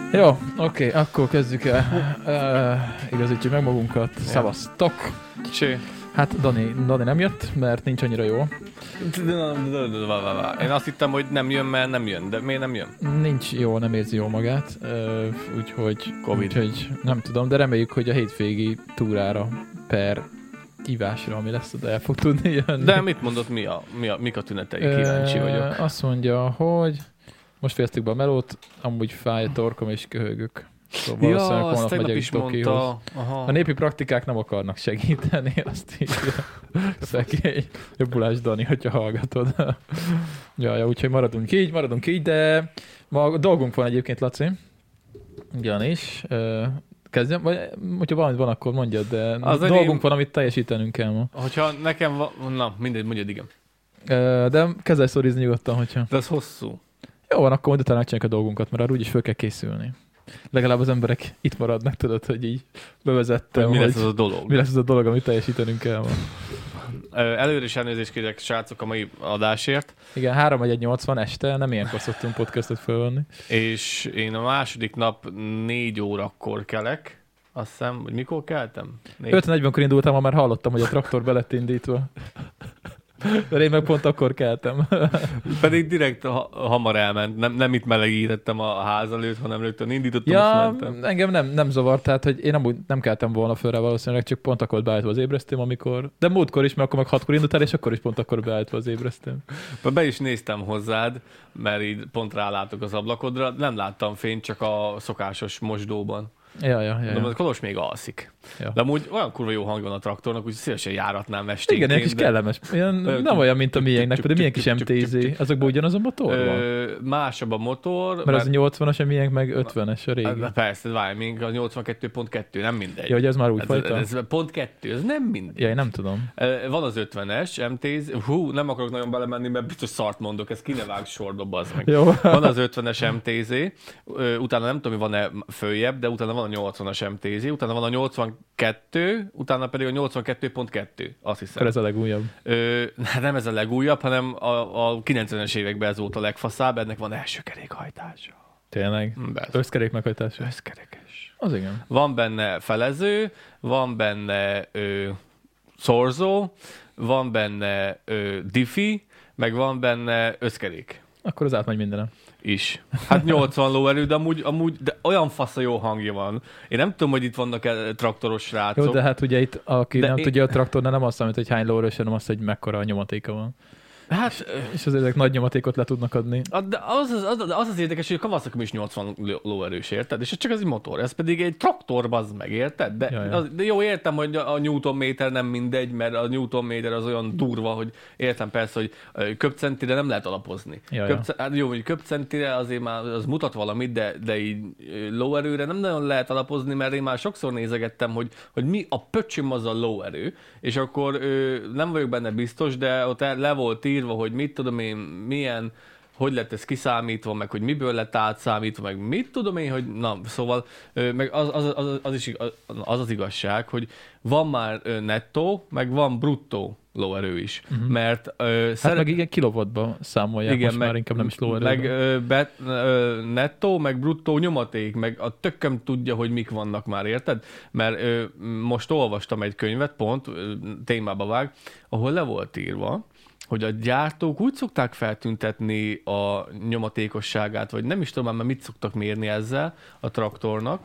Jó, oké, akkor kezdjük el. Igazítjuk meg magunkat. Szevasztok! Cső. Hát Dani nem jött, mert nincs annyira jó. Én azt hittem, hogy nem jön, mert nem jön. De miért nem jön? Nincs jó, nem érzi jó magát. Úgyhogy Covid. Úgyhogy nem tudom, de reméljük, hogy a hétvégi túrára per ívásra, ami lesz, oda el fog tudni jönni. De mit mondott, mik a tünetei? Kíváncsi vagyok. Azt mondja, hogy most fejeztük be a melót, amúgy fáj a torkom és köhögök. Szóval Ja, azt tegnap is Tokióhoz. mondta. Aha. A népi praktikák nem akarnak segíteni, azt így szegény. Jobbulás Dani, hogyha hallgatod. Úgyhogy maradunk így, de ma dolgunk van egyébként, Laci. Ugyanis. Kezdjem, vagy hogyha valamit van, akkor mondjad, de az dolgunk van, amit teljesítenünk kell ma. Hogyha nekem van, na mindegy, mondjad, igen. De kezdj szorizni nyugodtan, hogyha. De az hosszú. Jó van, akkor majd utána megcsináljuk a dolgunkat, mert arra úgyis föl kell készülni. Legalább az emberek itt maradnak, tudod, hogy így bevezettem, mi lesz az a dolog. Mi lesz az a dolog, amit teljesítenünk kell ma. Előre is elnézést kérek, srácok, a mai adásért. Igen, 3-1-80 este, nem ilyenkor szoktunk podcastot fölvenni. És én a második nap 4 órakor kelek. Azt hiszem, hogy mikor keltem? 5:40-kor indultam, ha már hallottam, hogy a traktor be lett indítva. Mert én meg pont akkor keltem. Pedig direkt hamar elment. Nem itt melegítettem a ház előtt, hanem rögtön indítottam, Ja, és mentem. engem nem zavart, tehát hogy én amúgy nem keltem volna föl rá valószínűleg, csak pont akkor beállítva az ébresztőm, amikor... De múltkor is, mert akkor meg 6-kor indultál, és akkor is pont akkor beállítva az ébresztőm. Be is néztem hozzád, mert így pont rálátok az ablakodra. Nem láttam fényt, csak a szokásos mosdóban. Ja. De Kolos még alszik. Ja. De amúgy olyan kurva jó hang van a traktornak, úgyhogy szívesen járatnám esténként. Igen, egy kis kellemes. Nem olyan, mint a miénknek, pedig milyen kis MTZ. Azokból ugyanaz a motor van? Másabb a motor. Mert az a 80-as, a miénk meg 50-es a régi. Persze, várj, még a 82.2, nem mindegy. Ja, hogy ez már úgy fajta? Ez pont 2, ez nem mindegy. Ja, én nem tudom. Van az 50-es MTZ, nem akarok nagyon belemenni, mert biztos szart mondok, ez ki ne vág sorba, bazd meg. Jó. Van az 50-es MTZ, utána nem tudom, hogy van-e följebb, de utána van a 80-as MTZ, utána van a 82, utána pedig a 82.2, azt hiszem. Akkor ez a legújabb. Nem ez a legújabb, hanem a 90-es években ez volt a legfaszább, ennek van első kerékhajtása. Tényleg? Összkerék meghajtása? Összkerekes. Az igen. Van benne felező, van benne szorzó, van benne diffi, meg van benne összkerék. Akkor az átmegy mindenem. Is. Hát 80 lóerő, de amúgy de olyan fasz a jó hangja van. Én nem tudom, hogy itt vannak traktoros srácok. Jó, de hát ugye itt, aki nem tudja a traktornál, nem azt számít, hogy hány lóerős, hanem azt, hogy mekkora a nyomatéka van. Hát, és azért ezek nagy nyomatékot le tudnak adni. De az érdekes, hogy a Kawasaki is 80 lóerős, érted? És ez csak ez egy motor, ez pedig egy traktor, bazd meg, érted? De jó, értem, hogy a Newtonméter nem mindegy, mert a Newtonméter az olyan durva, hogy értem persze, hogy köbcentire nem lehet alapozni. Hát jó, hogy köbcentire azért már az mutat valamit, de így lóerőre nem nagyon lehet alapozni, mert én már sokszor nézegettem, hogy mi a pöcsöm az a lóerő, és akkor nem vagyok benne biztos, de ott le volt írva, hogy mit tudom én, milyen, hogy lett ez kiszámítva, meg hogy miből lett átszámítva, meg mit tudom én, hogy na, szóval meg az igazság, hogy van már nettó, meg van bruttó lóerő is. Mert meg igen, kilowattba számolják, igen, most már inkább nem is lóerőben. Meg nettó, meg bruttó nyomaték, meg a tökköm tudja, hogy mik vannak már, érted? Mert most olvastam egy könyvet, pont témába vág, ahol le volt írva, hogy a gyártók úgy szokták feltüntetni a nyomatékosságát, vagy nem is tudom már mit szoktak mérni ezzel a traktornak,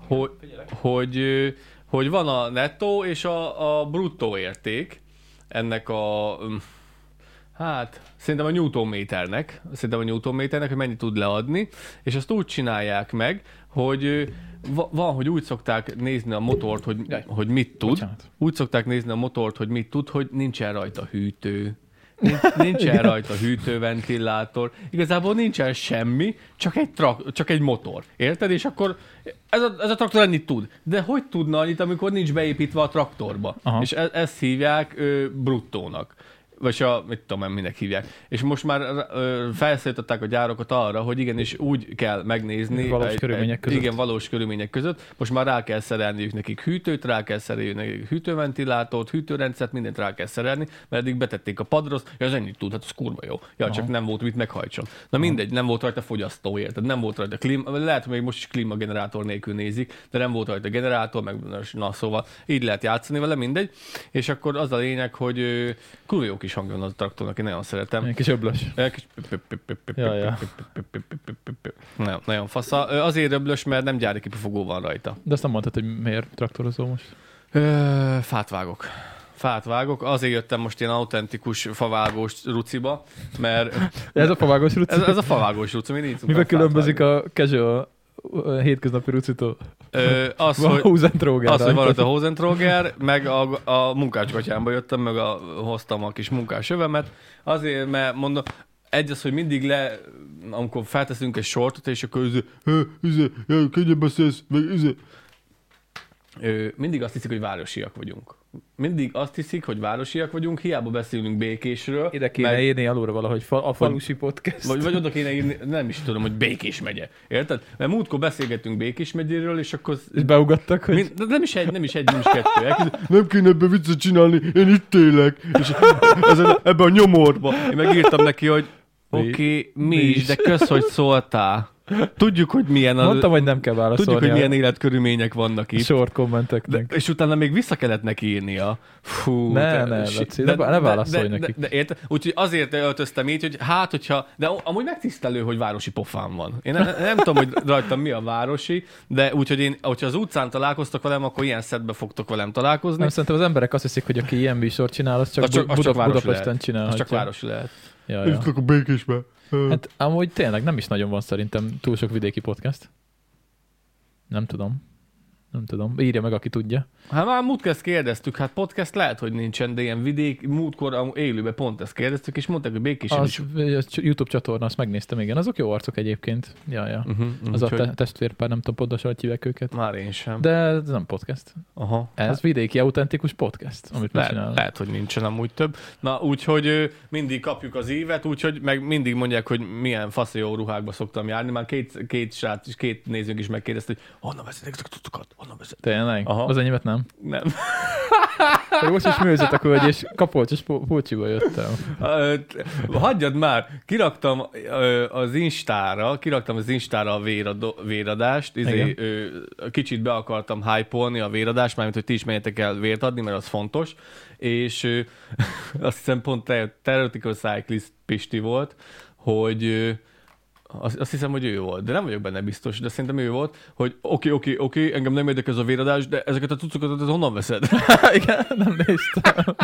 hogy van a nettó és a bruttó érték ennek szerintem a Newtonméternek, hogy mennyit tud leadni, és azt úgy csinálják meg, hogy van, hogy úgy szokták nézni a motort, hogy mit tud. Bocsánat. Úgy szokták nézni a motort, hogy mit tud, hogy nincsen rajta hűtő. Nincsen rajta hűtőventilátor, igazából nincsen semmi, csak egy motor. Érted? És akkor ez a traktor ennyit tud. De hogy tudna annyit, amikor nincs beépítve a traktorba? Aha. És ezt hívják bruttónak. vagy mit tudom, minek hívják. És most már felszállították a gyárokat arra, hogy igenis úgy kell megnézni. Valós körülmények között. Igen, valós körülmények között. Most már rá kell szerelniük nekik hűtőt, rá kell szerelniük nekik hűtőventilátort, hűtőrendszert, mindent rá kell szerelni, mert eddig betették a padrost, ja, az ennyit tud, hát az kurva jó. Ja, csak nem volt mit meghajtson. Na mindegy, nem volt rajta fogyasztó, érted? Nem volt rajta lehet, hogy még most is klímagenerátor nélkül nézik, de nem volt rajta generátor, meg na szóval így lehet játszani vele, mindegy. És akkor az a lényeg, hogy kurva jó kis hangja van a traktornak, én nagyon szeretem. Egy kis öblös. Nagyon fasza. Azért öblös, mert nem gyári kipufogó van rajta. De azt nem mondtad, hogy miért traktorozol most? Fát vágok. Azért jöttem most ilyen autentikus favágós ruciba, mert... Ez a favágós ruci? Ez a favágós ruci, mi így mivel különbözik a casual hétköznapi rucitól? Az, hogy van ott a Hosentróger, meg a munkácskatyámba jöttem, meg hoztam a kis munkásövemet. Azért, mert mondom, az, hogy mindig amikor felteszünk egy sortot, és akkor könnyen beszélsz, meg mindig azt hiszik, hogy városiak vagyunk. Mindig azt hiszik, hogy városiak vagyunk, hiába beszélünk Békésről. Ide kéne írni alulra valahogy a falusi podcast. Vagy oda kéne írni, nem is tudom, hogy Békés megye. Érted? Mert múltkor beszélgettünk Békés megyéről, és akkor... És beugattak, hogy... Nem is kettő. Nem kéne ebbe viccet csinálni, én itt élek. És ebbe a nyomorba. Én megírtam neki, hogy oké, mi is, de kösz, hogy szóltál. Tudjuk, hogy milyen... Mondtam, hogy nem kell válaszolni. Tudjuk, hogy milyen életkörülmények vannak itt. Short kommenteknek. És utána még vissza kellett neki írnia. Fú. Ne válaszolj neki. De érted? Úgyhogy azért öltöztem így, hogy hogyha... De amúgy megtisztelő, hogy városi pofám van. Én nem tudom, hogy rajtam mi a városi, de úgyhogy hogyha az utcán találkoztok velem, akkor ilyen szedbe fogtok velem találkozni. Nem, szerintem az emberek azt hiszik, hogy aki ilyen műsort csinál, az csak Budapesten csinálhatja. Az csak városi lehet. Itt a Békésbe. Hát amúgy tényleg nem is nagyon van szerintem túl sok vidéki podcast. Nem tudom. Írja meg, aki tudja. Hát már múltkor ezt kérdeztük, hát podcast lehet, hogy nincsen, de ilyen vidék, múltkor élőben pont ezt kérdeztük, és mondták, hogy Békésen is. YouTube csatorna, azt megnéztem, igen. Azok jó arcok egyébként. Ja. Az a testvérpár, nem tudom pontosan, hogy hívják őket. Már én sem. De ez nem podcast. Aha. Ez vidéki autentikus podcast, amit lehet, hogy nincsen amúgy több. Na, úgyhogy mindig kapjuk az évet, úgyhogy meg mindig mondják, hogy milyen fasz jó ruhákba szoktam járni. Már két srác és két nézőnk is megkérdezte, hogy honnan veszetek ezeket a cuccokat? Tényleg? Az enyémet nem? Nem. Most is műzött a kölgy, és kapolcsos pulcsiba jöttem. Hagyjad már, kiraktam az Instára a véradást, kicsit be akartam hype-olni a véradást, mármint, hogy ti is menjetek el vért adni, mert az fontos, és azt hiszem pont Theoretical Cyclist Pisti volt, hogy azt hiszem, hogy ő volt, de nem vagyok benne biztos, de szerintem ő volt, hogy oké, engem nem érdekel ez a véradás, de ezeket a cuccokat honnan veszed? Igen, nem néztem.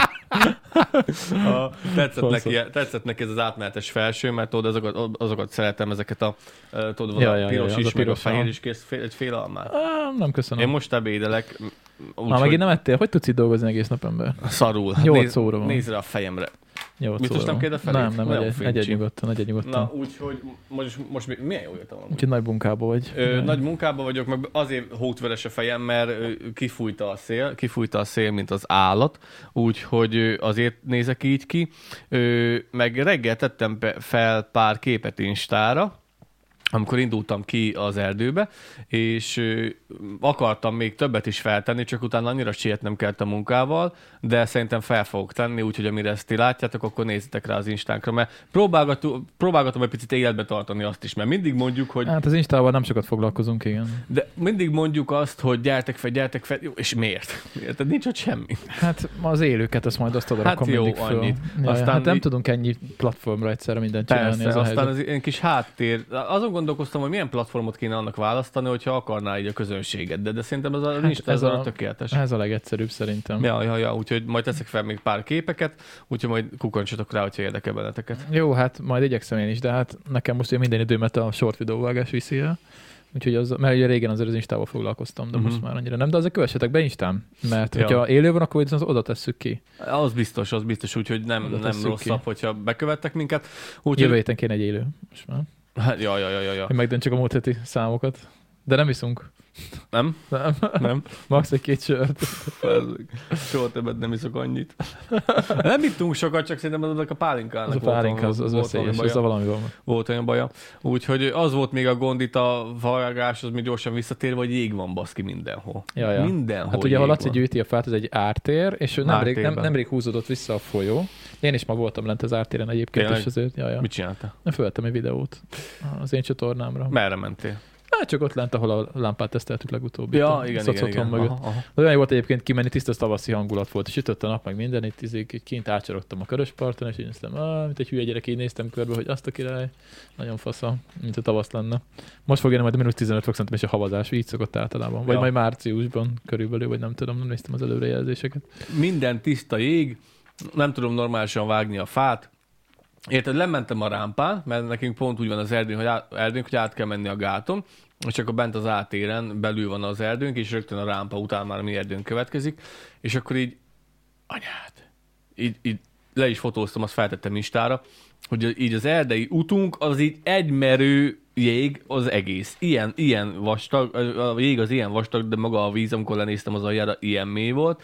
Tetszett neki ez az átmenetes felső, mert tudod, azokat szeretem, ezeket a piros is, meg a fehér is kész, egy fél almát. Nem köszönöm. Én most ebédelek. Megint nem ettél? Hogy tudsz itt dolgozni egész nap, ember? Szarul. 8 óra van. Nézd rá a fejemre. Biztos nem kérde felét? Nem, egy nyugodtan. Na, úgyhogy most milyen jó jöttem volna? Úgyhogy nagy munkában vagy. Nagy munkában vagyok, meg azért hótveres a fejem, mert kifújta a szél, mint az állat, úgyhogy azért nézek így ki. Meg reggel tettem fel pár képet Instára, amikor indultam ki az erdőbe, és akartam még többet is feltenni, csak utána annyira sietnem kellett a munkával, de szerintem fel fogok tenni, úgyhogy amire ezt ti látjátok, akkor nézzetek rá az Instánkra, mert próbálgatom egy picit életbe tartani azt is, mert mindig mondjuk, hogy... Hát az Instával nem sokat foglalkozunk, igen. De mindig mondjuk azt, hogy gyertek fel, jó, és miért? Tehát nincs ott semmi. Hát az élőket, azt majd azt hát jó, mindig föl. annyit. Aztán hát nem tudunk ennyi platformra egyszerre mindent csinálni. Persze, aztán az ilyen kis háttér. Azon gondolkoztam, hogy milyen platformot kéne annak választani, hogyha akarná így a közönséget, de szerintem ez a tökéletes. Ez a legegyszerűbb szerintem. Ja, úgyhogy majd teszek fel még pár képeket, úgyhogy majd kukancsatok rá, hogyha érdekel benneteket. Jó, hát majd igyekszem én is, de hát nekem most minden időmet a short videóvágás viszi el. Úgyhogy mert ugye régen azért az Instával foglalkoztam, de most már annyira nem. De azért kövessetek be Instán, mert hogyha élő van, akkor oda tesszük ki. Az biztos, úgyhogy nem rosszabb, hogyha bekövettek minket. Jövő héten kéne egy élő most már. Ja. Hogy megdöntsük a múlt heti számokat. De nem iszunk. Nem? Nem. Nem. Max egy 2 sört. Soha többet nem iszok annyit. Nem ittunk sokat, csak szerintem azok a pálinkának Az a pálinka, az veszélyes, ez a valami van. Volt olyan baja. Úgyhogy az volt még a gond itt a vágáshoz, mi gyorsan visszatérve, hogy jég van baszki mindenhol. Ja. Mindenhol. Hát ugye, ha Laci gyűjti a fát, ez egy ártér, és ő nemrég húzódott vissza a folyó. Én is ma voltam lent az ártéren egyébként, tényleg? és azért, Mit csináltál? Fölvettem egy videót az én csatornámra. Merre mentél? Hát csak ott lent, ahol a lámpát teszteltük legutóbb. Ja, igen. Aha. De olyan volt egyébként kimenni, tiszta tavaszi hangulat volt, és sütött a nap, meg minden, itt kint átcsorogtam a Körösparton, és így néztem, mint egy hülye gyerek, így néztem körbe, hogy azt a király, nagyon fasza, mint a tavasz lenne. Most fog jönni majd a -15 fok, és a havazás, így szokott általában. Vagy majd márciusban körülbelül, vagy nem tudom, nem néztem az előrejelzéseket. Minden tiszta jég, nem tudom normálisan vágni a fát. Érted, lementem a rámpán, mert nekünk pont úgy van az erdőnk, hogy át kell menni a gáton, és akkor bent az átéren belül van az erdőnk, és rögtön a rámpa után már a mi erdőnk következik, és akkor így, anyád, így le is fotóztam, azt feltettem Instára, hogy így az erdei utunk, az így egymerő jég az egész. Ilyen vastag, a jég az ilyen vastag, de maga a víz, amikor lenéztem az aljára, ilyen mély volt.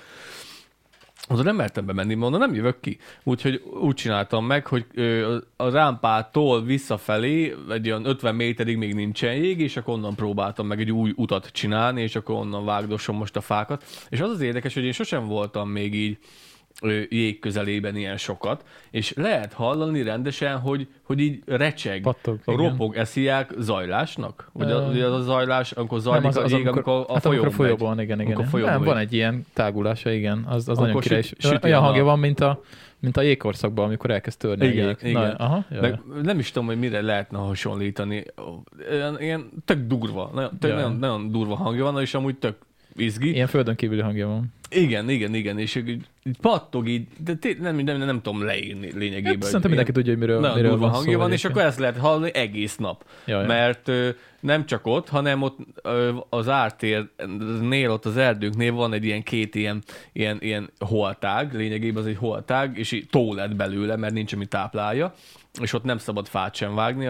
Oda nem mertem bemenni, mondom, nem jövök ki. Úgyhogy úgy csináltam meg, hogy a rámpától visszafelé, egy olyan 50 méterig még nincsen jég, és akkor onnan próbáltam meg egy új utat csinálni, és akkor onnan vágdosom most a fákat. És az érdekes, hogy én sosem voltam még így jég közelében ilyen sokat, és lehet hallani rendesen, hogy így recseg, pattog, ropog, esziák zajlásnak? Vagy az a zajlás, amikor zajlik a jég, amikor a folyóban, igen. Nem, van egy ilyen tágulása, igen, az nagyon király. Olyan hangja van, mint a jégkorszakban, amikor elkezd törni igen, a jég. Igen. Aha, nem is tudom, hogy mire lehetne hasonlítani. Ilyen tök durva, nagyon durva hangja van, és amúgy tök izgi. Ilyen földön kívüli hangja van. Igen, és így pattog így, de nem tudom leírni lényegében. Hát, szerintem mindenki tudja, hogy miről van hangja van, és akkor ezt lehet hallani egész nap. Jaj. Mert nem csak ott, hanem ott az ártérnél, ott az erdőnknél van egy ilyen két ilyen holtág, lényegében az egy holtág, és így tó lett belőle, mert nincs, ami táplálja, és ott nem szabad fát sem vágni,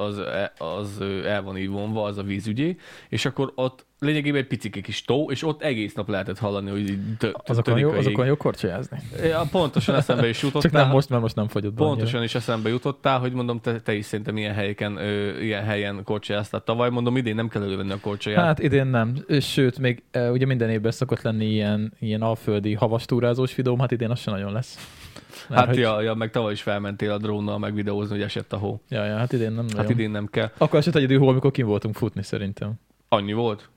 az el van így vonva, az a vízügyé, és akkor ott lényegében egy picike kis tó, és ott egész nap lehetett hallani, hogy így azokon jó korcsolyázni. Ja, pontosan eszembe is jutottál. Csak nem most, mert most nem fogyott be. Pontosan is eszembe jutottál, hogy mondom, te is szerintem ilyen helyen korcsolyáztál tavaly. Mondom, idén nem kell elővenni a korcsolyát. Hát idén nem. Sőt, még ugye minden évben szokott lenni ilyen alföldi havastúrázós videóm, hát idén az sem nagyon lesz. Mert hát meg tavaly is felmentél a drónnal meg videózni, hogy esett a hó. Ja, hát idén nem nagyon. Hát idén nem kell. Akkor esett egyedül hó, amikor kint voltunk futni szerintem. Annyi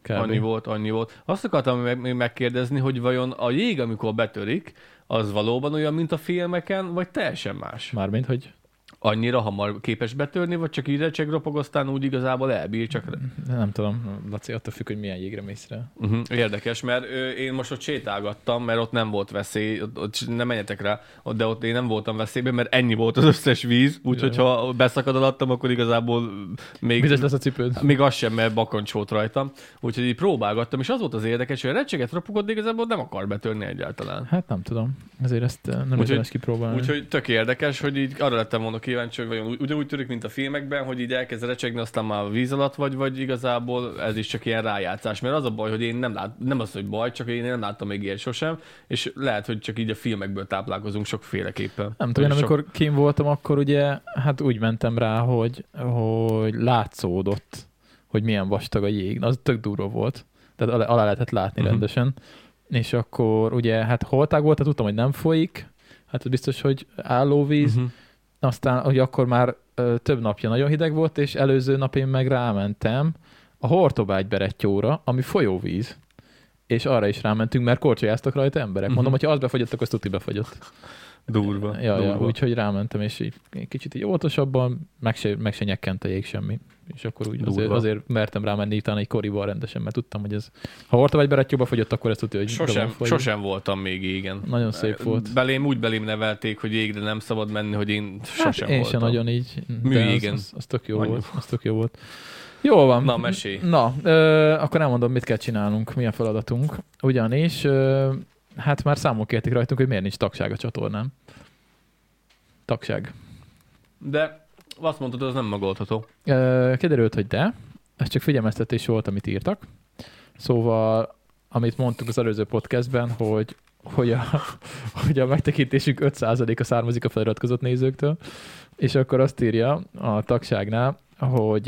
volt. Azt akartam még megkérdezni, hogy vajon a jég, amikor betörik, az valóban olyan, mint a filmeken, vagy teljesen más? Mármint, hogy... Annyira hamar képes betörni, vagy csak így recseg ropog, aztán úgy igazából elbír, csak... Nem tudom, Laci, attól függ, hogy milyen jégre mész rá. Érdekes, mert én most ott sétálgattam, mert ott nem volt veszély, ott nem menjetek rá, de ott én nem voltam veszélyben, mert ennyi volt az összes víz, úgyhogy ha beszakad alattam, akkor igazából még... Biztos lesz a cipőd. Még az sem, mert bakancs volt rajtam. Úgyhogy így próbálgattam, és az volt az érdekes, hogy a recseget ropogott, de igazából nem akar betörni egyáltalán. Hát nem tudom, ezért ezt nem érdemes kipróbálni. Úgyhogy tök érdekes, hogy így arra lettem volna kíváncsi, hogy vajon ugyanúgy törik, mint a filmekben, hogy így elkezd recsegni, aztán már a víz alatt vagy igazából ez is csak ilyen rájátszás. Mert az a baj, hogy én nem az, hogy baj, csak én nem láttam még ilyet sosem, és lehet, hogy csak így a filmekből táplálkozunk sokféleképpen. Nem tudom, amikor kim voltam, akkor ugye hát úgy mentem rá, hogy látszódott, hogy milyen vastag a jég. Az tök durva volt. Tehát alá lehetett látni rendesen. És akkor ugye hát holtág volt, tehát tudtam, hogy nem folyik. Hát ez biztos, hogy állóvíz. Aztán, hogy akkor már több napja nagyon hideg volt, és előző nap én meg rámentem a Hortobágy berettyóra, ami folyóvíz. És arra is rámentünk, mert korcsolyáztak rajta emberek. Mondom, hogyha az befagyott, akkor az tuti befagyott. Durva. Ja, úgyhogy rámentem, és így kicsit így óvatosabban, meg se nyekkent a jég semmi. És akkor úgy azért mertem rámenni utána egy korival rendesen, mert tudtam, hogy ez... Ha Hortobágy berettyóba fogyott, akkor ez tudja, hogy sosem voltam még égen. Nagyon szép volt. Belém nevelték, hogy jégre nem szabad menni, hogy én sosem én voltam. sem nagyon így. Műjégen. Az tök jó volt. Az tök jó volt. Jól van. Na, mesélj. Na, akkor elmondom, mit kell csinálnunk, mi a feladatunk. Ugyanis, hát már számon kérték rajtunk, hogy miért nincs tagság a csatornán. Tagság. De azt mondtad, az nem megoldható. Kiderült, hogy de. Ez csak figyelmeztetés volt, amit írtak. Szóval, amit mondtuk az előző podcastben, hogy a megtekintésünk 5%-a származik a feliratkozott nézőktől, és akkor azt írja a tagságnál, hogy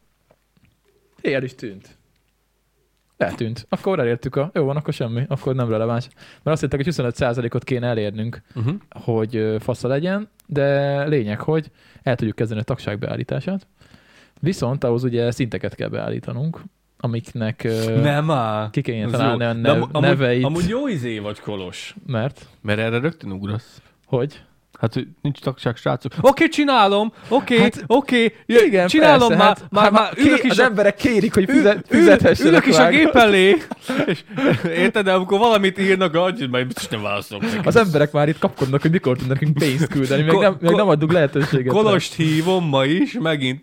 el is tűnt. Eltűnt. Akkor elértük jó van, akkor semmi, akkor nem releváns. Mert azt hittek, hogy 25%-ot kéne elérnünk, hogy fasza legyen, de lényeg, hogy el tudjuk kezdeni a tagság beállítását. Viszont ahhoz ugye szinteket kell beállítanunk, amiknek ki kéne találni a neveit. Amúgy jó vagy, Kolos. Mert erre rögtön ugrasz. Hogy? Hát, hogy nincs tagság, srácok. Oké, csinálom. Oké. Igen, csinálom persze, már ülök is. Az emberek kérik, hogy fizethessenek. Ülök is a gép elé. És érted, de amikor valamit írnak, majd biztos nem válaszolok. Az emberek már itt kapkodnak, hogy mikor tudnak nekünk pénzt küldeni. Még nem adjuk lehetőséget. Kolost hívom ma is, megint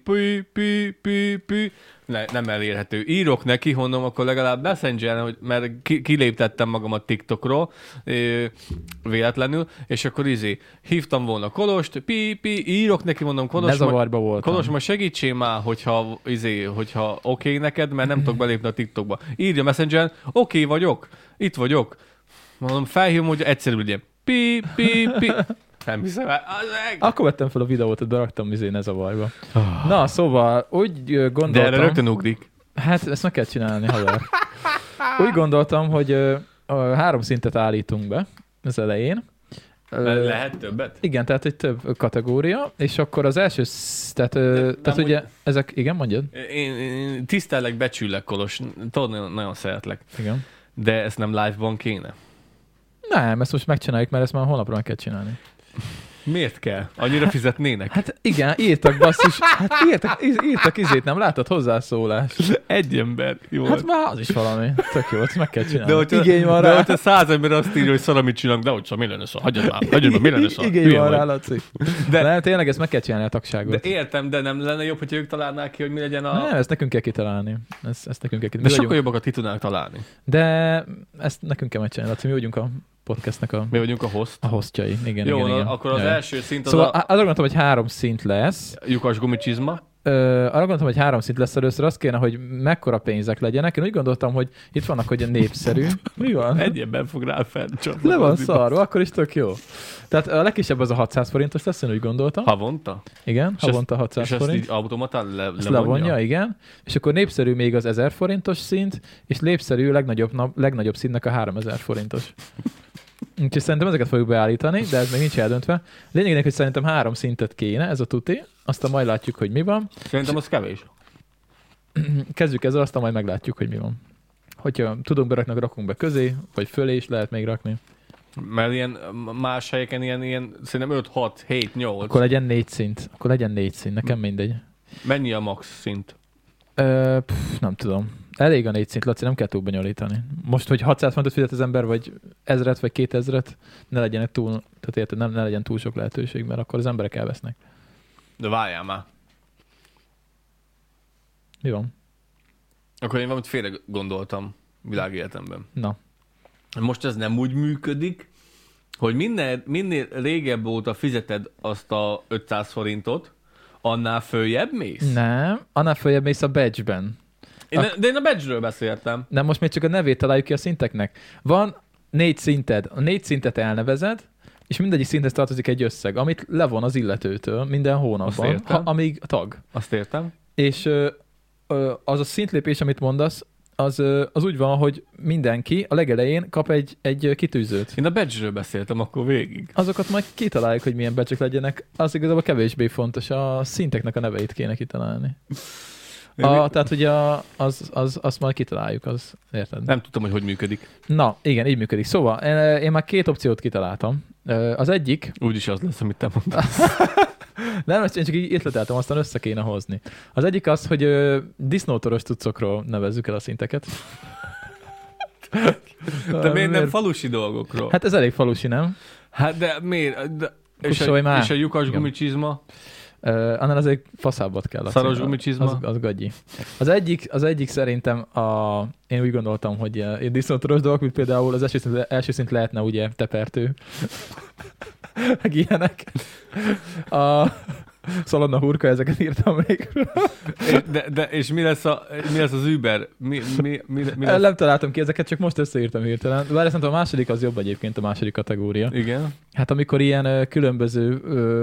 pü. Nem elérhető. Írok neki, honnan akkor legalább Messengeren, mert kiléptettem magamat TikTokról véletlenül, és akkor hívtam volna Kolost, írok neki, mondom, Kolos, ma segítsél már, hogyha oké neked, mert nem tudok belépni a TikTokba. Írja Messengeren, oké vagyok, itt vagyok. Mondom, felhívom, hogy egyszerű legyen. Nem hiszem el. Akkor vettem fel a videót, beraktam ne zavarba. Na, szóval úgy gondoltam... De erre rögtön ugrik. Hát ezt meg kell csinálni, haver. Úgy gondoltam, hogy 3 szintet állítunk be az elején. Lehet többet? Igen, tehát egy több kategória, és akkor az első... Tehát ugye ezek... Igen, mondjad? Én tisztellek, becsüllek, Kolos. Tudod, nagyon szeretlek. Igen. De ezt nem live-ban kéne? Nem, ezt most megcsináljuk, mert ezt már holnapra meg kell csinálni. Miért kell? Annyira fizetnének? Hát igen, írtak basszus. Hát írtak nem látod hozzászólás. Egy ember. Jó. Hát már az is valami. Tök jó, ezt meg kell csinálni. Igény van rá. De hogyha 100 ember azt írja, hogy szar, amit csinálunk, de hogy szar, mi lenne szar? Hagyjad már, mi lenne szar? Igény van rá, Laci. De nem, tényleg ezt meg kell csinálni a tagságot. De értem, de nem lenne jobb, hogyha ők találnák ki, hogy mi legyen a... Nem, ezt nekünk kell kitalálni. Ezt nekünk kell kitalálni. De sokkal jobbakat ki tudnánk találni. De ezt nekünk kell megcsinálni, Laci, mi vagyunk a podcastnek Mi vagyunk a host. A hostjai, igen. Jó, igen. Akkor az első szint az szóval arra gondoltam, hogy 3 szint lesz. Lyukas gumicsizma. Arra gondoltam, hogy 3 szint lesz. Először azt kéne, hogy mekkora pénzek legyenek. Én úgy gondoltam, hogy itt vannak, hogy a népszerű. Mi van? Egy ember fog rá fel. Le van szarva, akkor is tök jó. Tehát a legkisebb az a 600 forintos lesz, én úgy gondoltam. Havonta? Igen, havonta 600 forint. És ezt így automatán levonja, igen. És akkor népszerű még az 1000 forintos szint, és népszerű legnagyobb szintnek a 3000 forintos. Úgyhogy szerintem ezeket fogjuk beállítani, de ez még nincs eldöntve. Lényegében, hogy szerintem 3 szintet kéne, ez a tuti. Aztán majd látjuk, hogy mi van. Szerintem az kevés. Kezdjük ezzel, aztán majd meglátjuk, hogy mi van. Hogyha tudunk berakni, rakunk be közé, vagy fölé is lehet még rakni. Mert ilyen más helyeken ilyen szerintem 5, 6, 7, 8. Akkor legyen 4 szint. Nekem mindegy. Mennyi a max szint? Nem tudom. Elég a 4 szint, Laci, nem kell túl bonyolítani. Most, hogy 600 fontot fizet az ember, vagy 1000-et, vagy 2000-et, ne legyenek túl, tehát érted, ne legyen túl sok lehetőség, mert akkor az emberek elvesznek. De várjál már. Mi van? Akkor én valamit félre gondoltam világéletemben. Na. Most ez nem úgy működik, hogy minél régebb óta fizeted azt a 500 forintot, annál följebb mész? Nem, annál följebb mész a badge-ben. De én a badge-ről beszéltem. Nem, most még csak a nevét találjuk ki a szinteknek. Van 4 szinted, a 4 szintet elnevezed, és mindegyik szinthez tartozik egy összeg, amit levon az illetőtől minden hónapban, amíg tag. Azt értem. És az a szintlépés, amit mondasz, az úgy van, hogy mindenki a legelején kap egy kitűzőt. Én a badge-ről beszéltem akkor végig. Azokat majd kitaláljuk, hogy milyen badge-ek legyenek. Az igazából kevésbé fontos. A szinteknek a neveit kéne kitalálni. Tehát ugye azt majd kitaláljuk, az érted? Nem tudtam, hogy működik. Na, igen, így működik. Szóval én már 2 opciót kitaláltam. Az egyik... Úgyis az lesz, amit te mondtál. Nem, ezt én csak így ötleteltem, aztán össze kéne hozni. Az egyik az, hogy disznótoros cuccokról nevezzük el a szinteket. De miért nem falusi dolgokról? Hát ez elég falusi, nem? Hát de miért? És a lyukas gumicsizma? Annál azért faszábbat kell. Szaros gumicsizma? Az gagyi. Az egyik szerintem én úgy gondoltam, hogy ilyen disznótoros dolgok, mint például az első szint lehetne ugye tepertő. Meg ilyenek. Szalonna hurka, ezeket írtam még. És mi lesz az Uber? Mi lesz? Nem találtam ki ezeket, csak most összeírtam hirtelen. Bár szerintem a második az jobb egyébként, a második kategória. Igen. Hát amikor ilyen különböző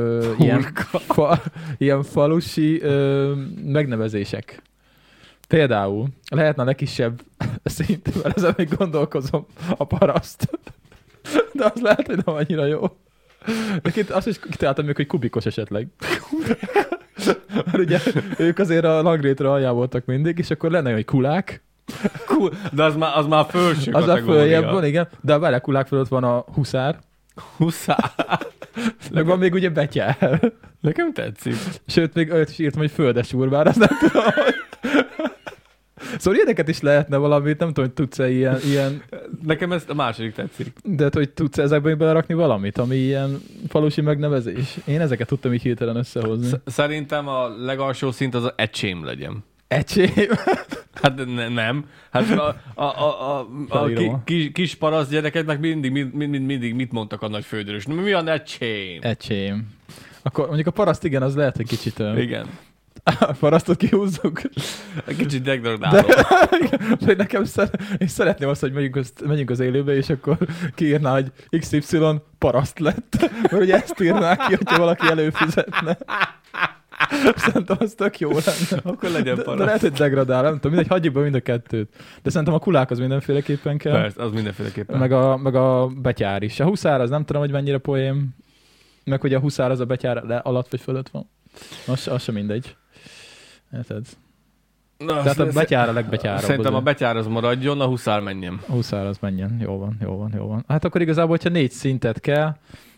ilyen falusi megnevezések. Például lehetne a legkisebb szint, mert ezen még gondolkozom, a paraszt. De az lehet, hogy nem annyira jó. De azt is kitaláltam még, hogy kubikos esetleg. Mert ugye ők azért a Langrétre alján voltak mindig, és akkor lenne, hogy kulák. De az már felső az kategória. Az a följebb van, igen. De a vele kulák fölött van a huszár. Huszár? Meg van még ugye betyár. Nekem tetszik. Sőt, még olyat is írtam, hogy földes úr, bár azt nem tudom, hogy... Szóval ilyeneket is lehetne valamit, nem tudom, hogy tudsz-e ilyen... Nekem ez a második tetszik. De hogy tudsz ezekben belerakni valamit, ami ilyen falusi megnevezés? Én ezeket tudtam így hirtelen összehozni. Szerintem a legalsó szint az a ecsém legyen. Ecsém? Hát nem. Hát a kis parasz gyerekeknek mindig mit mondtak a nagy földörös? Mi a ecsém? Ecsém. Akkor mondjuk a paraszt igen, az lehet, hogy kicsit... Igen. A parasztot kihúzzuk. Kicsit degradáló. De nekem én szeretném azt, hogy megyünk az élőbe, és akkor kiírná, hogy XY paraszt lett. Mert ugye ezt írná ki, hogyha valaki előfizetne. Szerintem az tök jó lenne. Akkor legyen paraszt. De lehet, hogy degradál, nem tudom, mindegy, hagyjuk be mind a kettőt. De szerintem a kulák az mindenféleképpen kell. Persze, az mindenféleképpen. Meg a betyár is. A huszár az nem tudom, hogy mennyire poém. Meg hogy a huszár az a betyár alatt vagy fölött van. Az sem mindegy. Érted? Tehát a betyár a legbetyárabb. Szerintem a betyár az maradjon, a huszár menjen. A huszár az menjen. Jó van. Hát akkor igazából, hogyha 4 szintet kell,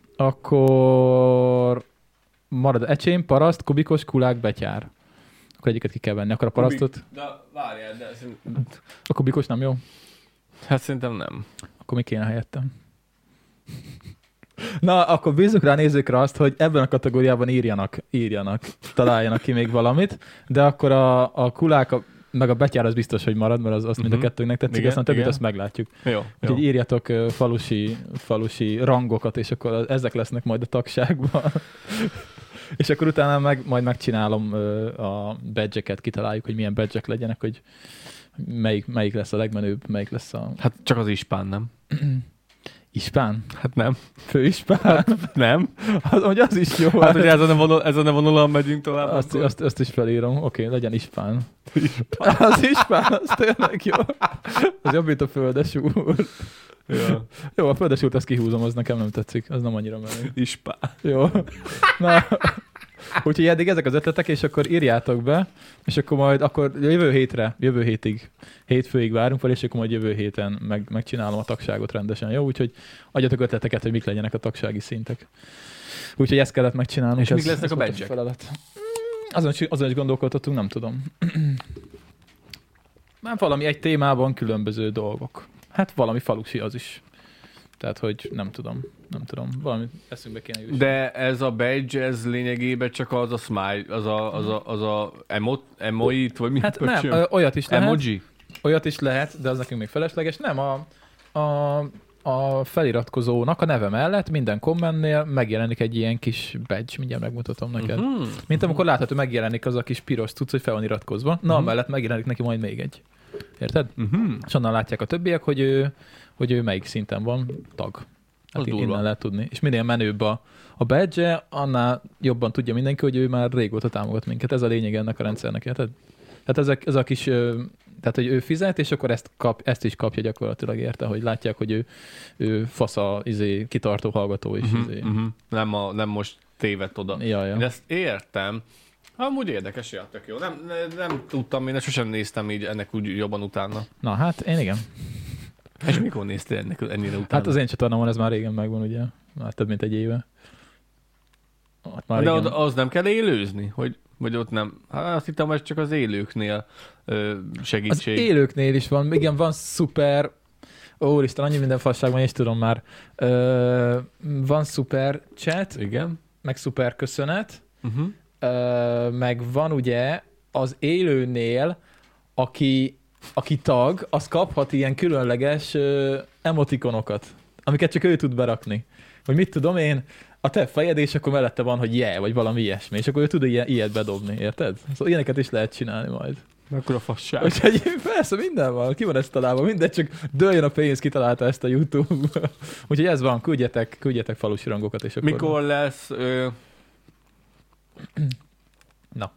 akkor marad ecsém, paraszt, kubikos, kulák, betyár. Akkor egyiket ki kell venni. Akkor a parasztot... De várjál, de... A kubikos nem jó? Hát szerintem nem. Akkor mi kéne helyettem? Na, akkor bízzuk rá nézőkre azt, hogy ebben a kategóriában írjanak, találjanak ki még valamit, de akkor a kulák, meg a betyár az biztos, hogy marad, mert azt mind a kettőnknek tetszik, igen, aztán a többit igen. azt meglátjuk. Jó. Úgyhogy írjatok falusi rangokat, és akkor ezek lesznek majd a tagságban. És akkor utána majd megcsinálom a badge-eket, kitaláljuk, hogy milyen badge-ek legyenek, hogy melyik lesz a legmenőbb, melyik lesz a... Hát csak az ispán, nem? Ispán? Hát nem. Főispán? Hát nem. Hogy az is jó. Hát, hogy ezen a vonalon megyünk tovább. Azt is felírom. Oké, legyen ispán. Az ispán, az tényleg jó. Az jobb, mint a földes úr. Ja. Jó, a földes úrt azt kihúzom, az nekem nem tetszik. Az nem annyira menő. Ispán. Jó. Na, úgyhogy eddig ezek az ötletek, és akkor írjátok be, és akkor majd jövő hétig, hétfőig várunk fel, és akkor majd jövő héten megcsinálom a tagságot rendesen, jó? Úgyhogy adjatok ötleteket, hogy mik legyenek a tagsági szintek. Úgyhogy ezt kellett megcsinálni. És mik lesznek a badge-ek? Azon is gondolkodhatunk, nem tudom. Már valami egy témában különböző dolgok. Hát valami falusi az is. Tehát, hogy nem tudom. Valami eszünkbe kéne jusni. De ez a badge, ez lényegében csak az a smile, az a emoji, vagy mi? Hát nem, olyat is lehet. Emoji? Olyat is lehet, de az nekünk még felesleges. Nem, a feliratkozónak a neve mellett minden kommentnél megjelenik egy ilyen kis badge, mindjárt megmutatom neked. Mint amikor látod, hogy megjelenik az a kis piros cucc, hogy fel van iratkozva. Na, mellett megjelenik neki majd még egy. Érted? És onnan látják a többiek, hogy ő melyik szinten van tag. Hát innen lehet tudni. És minél menőbb a badge, annál jobban tudja mindenki, hogy ő már régóta támogat minket. Ez a lényeg ennek a rendszernek, érted? Tehát ez a kis, tehát hogy ő fizet, és akkor ezt is kapja gyakorlatilag, érte, hogy látják, hogy ő fasza, kitartó hallgató is. Nem most tévedt oda. Ja. Én ezt értem. Amúgy érdekes, ja, tök jó. Nem tudtam, én sosem néztem így ennek úgy jobban utána. Na hát, én igen. És mikor néztél ennek ennyire utána? Hát az én csatornámon ez már régen megvan, ugye? Már több mint egy éve. De az nem kell élőzni? Vagy ott nem? Hát azt hittem, hogy csak az élőknél segítség. Az élőknél is van. Igen, van szuper... Úristen, annyi minden fasság van, és tudom már. Van szuper chat, igen. Meg szuper köszönet, meg van ugye az élőnél, aki tag, az kaphat ilyen különleges emotikonokat, amiket csak ő tud berakni. Hogy mit tudom én, a te fejed, és akkor mellette van, hogy vagy valami ilyesmi, és akkor ő tud ilyet bedobni, érted? Szóval ilyeneket is lehet csinálni majd. Akkor a fasság. Úgyhogy persze minden van, ki van ezt találva, mindegy, csak dőljön a pénz, kitalálta ezt a YouTube. Úgyhogy ez van, küldjetek falusi rangokat, és akkor... Mikor lesz... Na.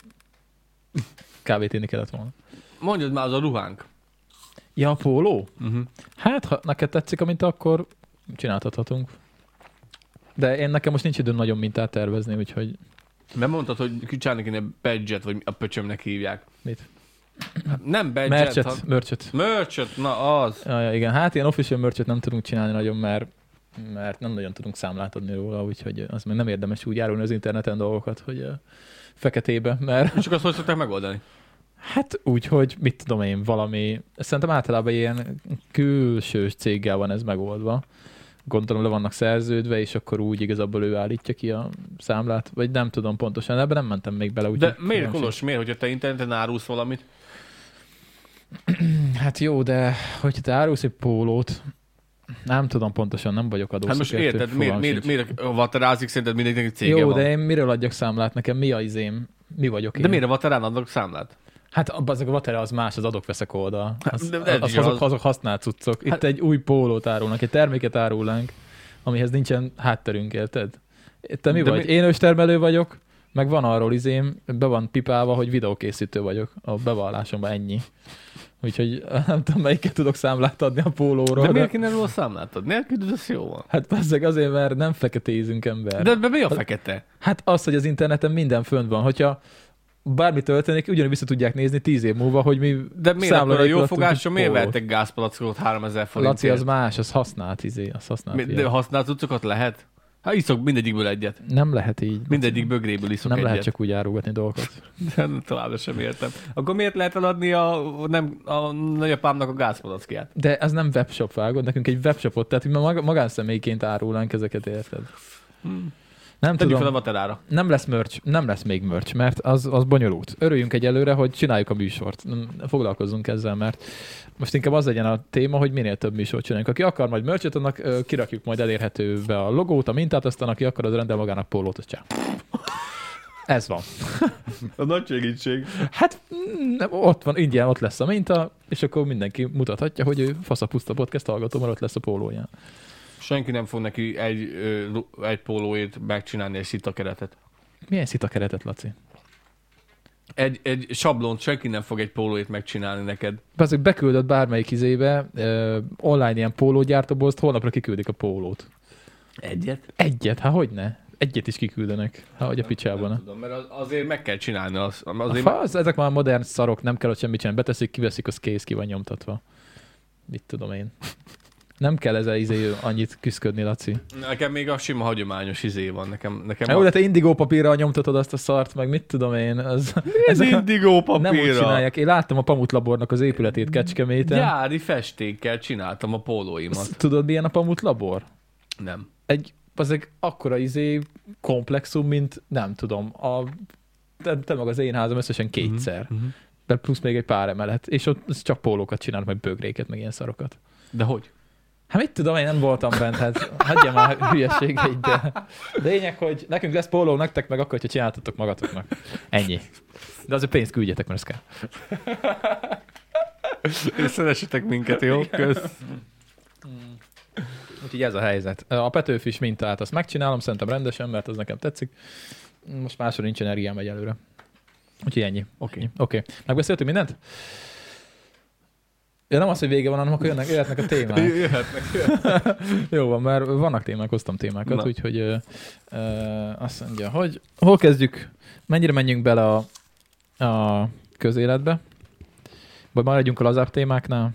Kávét inni kellett volna. Mondjad már, az a ruhánk. Ja, a póló? Uh-huh. Hát, ha neked tetszik, amint akkor csináltathatunk. De nekem most nincs időm nagyon mintát tervezni, úgyhogy... Mert mondtad, hogy csinálni kéne badge-et, vagy a pöcsömnek hívják. Mit? Hát nem badge-et, Merchet. Merchet, na az. Ja, igen, hát ilyen official merchet nem tudunk csinálni nagyon, mert nem nagyon tudunk számlát adni róla, úgyhogy az meg nem érdemes úgy árulni az interneten dolgokat, hogy feketébe, mert... És csak azt hogy szokták megoldani? Hát úgy, hogy mit tudom én, valami... Szerintem általában ilyen külsős céggel van ez megoldva. Gondolom le vannak szerződve, és akkor úgy igazából ő állítja ki a számlát, vagy nem tudom pontosan, ebben nem mentem még bele. De miért, Kolos, miért, hogyha te interneten árulsz valamit? Hát jó, de hogyha te árulsz egy pólót, nem tudom pontosan, nem vagyok adószakértő. Hát most érted, miért vaterázik szerinted mindenkinek cége jó, van? de én miről adjak számlát? Nekem mi a izém? Mi vagyok én? De miért a vaterán adnak számlát? Hát azok a vatera az más, az adok-veszek oldal. Azok használt cuccok. Itt egy új pólót árulnak, egy terméket árulnánk, amihez nincsen hátterünk, érted? Te mi vagy? Én őstermelő vagyok, meg van arról izém, be van pipálva, hogy videókészítő vagyok a bevallásomban, ennyi. Úgyhogy nem tudom, melyikkel tudok számlát adni a pólóról. De miért kéne róla számlát adni? Nélkül, ez jó van. Hát azért, mert nem feketézünk ember. De mi a fekete? Hát az, hogy az interneten minden fönt van. Hogyha bármi történik, ugyanúgy vissza tudják nézni 10 év múlva, hogy mi de miért akkor a jó fogásra miért vettek gázpalackot 3000 forintért? Laci, az más, az használt De használt cuccokat lehet? Hát iszok mindegyikből egyet. Nem lehet így. Mindegyik bögréből iszok nem egyet. Nem lehet csak úgy árulgatni dolgokat. De továbbra sem értem. Akkor miért lehet eladni a nagyapámnak a gázpalackját? De ez nem webshop, vágod? Nekünk egy webshopot, tehát mi magánszemélyként árulnánk ezeket, érted? Nem tegyük tudom. fel a vaterára. Nem lesz még merch, mert az bonyolult. Örüljünk egyelőre, hogy csináljuk a műsort. Foglalkozzunk ezzel, mert most inkább az legyen a téma, hogy minél több műsort csináljunk. Aki akar majd merchet, annak kirakjuk majd elérhetőbe a logót, a mintát, aztán aki akar, az rendel magának pólót, az csá. Ez van. A nagy segítség. Hát ott van, ingyen ott lesz a minta, és akkor mindenki mutathatja, hogy ő Faszapuszta podcast hallgató, mert ott lesz a pólóján. Senki nem fog neki egy pólóért megcsinálni egy szitakeretet. Milyen szitakeretet, Laci? Egy sablont senki nem fog egy pólóért megcsinálni neked. Azért beküldött bármelyik izébe, online ilyen pólógyártóból, azt holnapra kiküldik a pólót. Egyet? Hát hogyne? Egyet is kiküldenek. Hát, hogy a picsában. Nem tudom, mert azért meg kell csinálni. Ezek már modern szarok, nem kell ott semmit csinálni. Beteszik, kiveszik, az kész, ki van nyomtatva. Mit tudom én. Nem kell ezzel annyit küszködni, Laci. Nekem még a sima hagyományos van. Nekem jó, de te indigó papírral nyomtatod azt a szart, meg mit tudom én. Ez indigó papírra? Nem úgy csinálják. Én láttam a Pamut-labornak az épületét Kecskeméten. Gyári festékkel csináltam a pólóimat. Tudod, milyen a Pamut-labor? Nem. Az egy akkora komplexum, mint nem tudom, te meg az én házam összesen kétszer. De plusz még egy pár emelet. És ott csak pólókat csinálnak, meg bögréket, meg ilyen szarokat. De hogy? Hát mit tudom, én nem voltam bent, hát hagyja már hülyeségeid, de lényeg, hogy nekünk lesz póló, nektek meg akkor, hogyha csináltatok magatoknak. Ennyi. De azért pénzt küldjetek, mert ez kell. És szeressetek minket, jó? Kösz. Úgyhogy ez a helyzet. A Petőfis mintát azt megcsinálom, szerintem rendesen, mert az nekem tetszik. Most másról nincsen energiám egyelőre. Úgyhogy ennyi. Oké. Megbeszéltünk mindent? Ja, nem az, hogy vége van, hanem akkor jöhetnek a témák. Jöhetnek. Jó van, mert vannak témák, hoztam témákat, úgyhogy azt mondja, hogy hol kezdjük, mennyire menjünk bele a közéletbe, vagy maradjunk a lazább témáknál.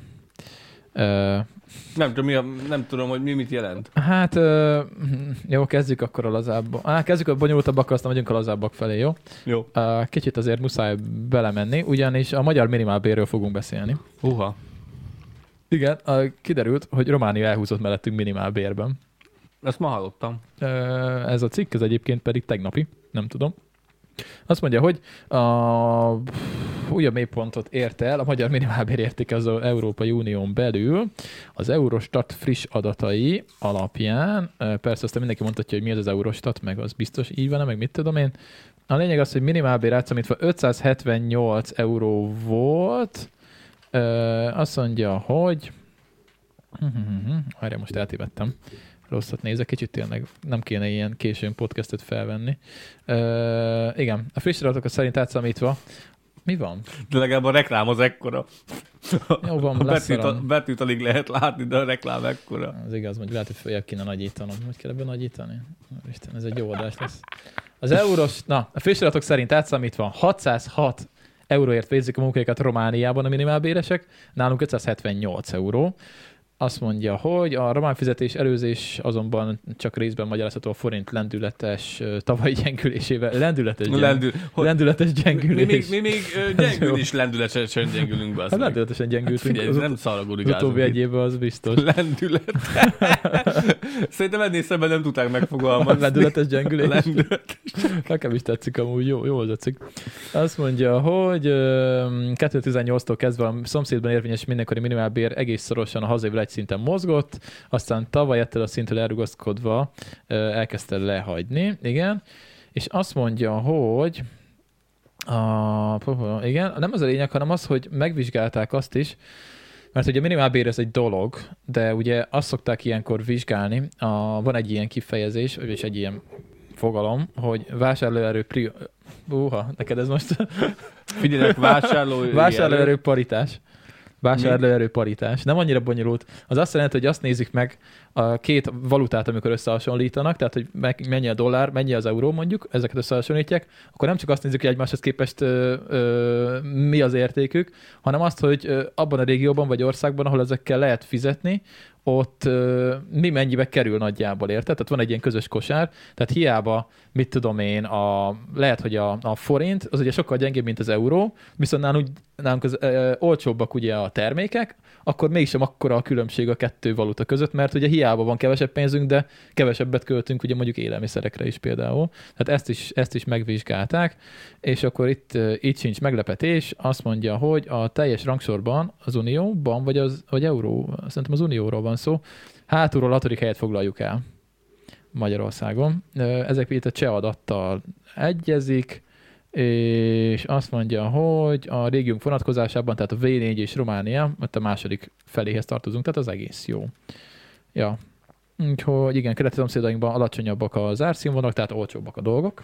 Nem tudom, hogy mit jelent. Hát, jó, kezdjük akkor a lazábbak. Kezdjük a bonyolultabbakkal, aztán megyünk a lazábbak felé, jó? Jó. Kicsit azért muszáj belemenni, ugyanis a magyar minimálbérről fogunk beszélni. Igen, kiderült, hogy Románia elhúzott mellettünk minimálbérben. Ezt ma hallottam. Ez a cikk, ez egyébként pedig tegnapi, nem tudom. Azt mondja, hogy újabb mélypontot ért el a magyar minimálbér értéke az Európai Unión belül. Az Eurostat friss adatai alapján, persze aztán mindenki mondhatja, hogy mi az Eurostat, meg az biztos így van, meg mit tudom én. A lényeg az, hogy minimálbér átszámítva 578 euró volt. Azt mondja, hogy... Várjál, most eltévedtem. Rosszat nézek, kicsit tényleg nem kéne ilyen későn podcastet felvenni. Igen, a friss adatokat szerint átszámítva. Mi van? De legalább a reklám az ekkora. Jó van, a betűt alig lehet látni, de a reklám ekkora. Az igaz, hogy lehet, hogy följebb kéne nagyítanom. Hogy kell ebben nagyítani? Isten, ez egy jó adás lesz. Az a friss adatok szerint átszámítva 606 euróért végzik a munkájukat Romániában a minimálbéresek, nálunk 578 euró. Azt mondja, hogy a román fizetés előzés azonban csak részben magyarázható a forint lendületes tavalyi gyengülésével. Lendületes gyengülés. Mi még gyengül is lendületesen gyengülünk be. Hát lendületesen gyengültünk. Figyelj, nem szaragurigázunk. Az utóbbi egy évben az biztos. Lendület. Szerintem ennél szemben nem tudták megfogalmazni. Lendületes gyengülés. Nekem is tetszik amúgy, jól tetszik. Azt mondja, hogy 2018-tól kezdve a szomszédban érvényes mindenkori minimálbér egész szorosan a hazai egy szinten mozgott, aztán tavaly ettől a szintől elrugaszkodva elkezdte lehagyni, igen, és azt mondja, hogy igen, nem az a lényeg, hanem az, hogy megvizsgálták azt is, mert ugye a minimálbér ez egy dolog, de ugye azt szokták ilyenkor vizsgálni, van egy ilyen kifejezés, és egy ilyen fogalom, hogy vásárlóerő neked ez most... Figyelek, vásárlóerő paritás. Vásárlóerő paritás. Nem annyira bonyolult. Az azt jelenti, hogy azt nézik meg a két valutát, amikor összehasonlítanak, tehát hogy mennyi a dollár, mennyi az euró mondjuk, ezeket összehasonlítják, akkor nem csak azt nézik, hogy egymáshoz képest mi az értékük, hanem azt, hogy abban a régióban vagy országban, ahol ezekkel lehet fizetni, ott mi mennyibe kerül nagyjából, érted? Tehát van egy ilyen közös kosár, tehát hiába, mit tudom én, lehet, hogy a forint, az ugye sokkal gyengébb, mint az euró, viszont nálunk az olcsóbbak ugye a termékek, akkor mégsem akkora a különbség a kettő valuta között, mert ugye hiába van kevesebb pénzünk, de kevesebbet költünk ugye mondjuk élelmiszerekre is például. Tehát ezt is megvizsgálták, és akkor itt sincs meglepetés. Azt mondja, hogy a teljes rangsorban az Unióban, vagy Euró, szerintem az Unióról van szó, hátulról a 6. helyet foglaljuk el Magyarországon. Ezek itt a cseh adattal egyezik, és azt mondja, hogy a régiónk vonatkozásában, tehát a V4 és Románia, ott a második feléhez tartozunk, tehát az egész jó. Ja. Úgyhogy igen, keleti szomszédainkban alacsonyabbak az árszínvonalak, tehát olcsóbbak a dolgok,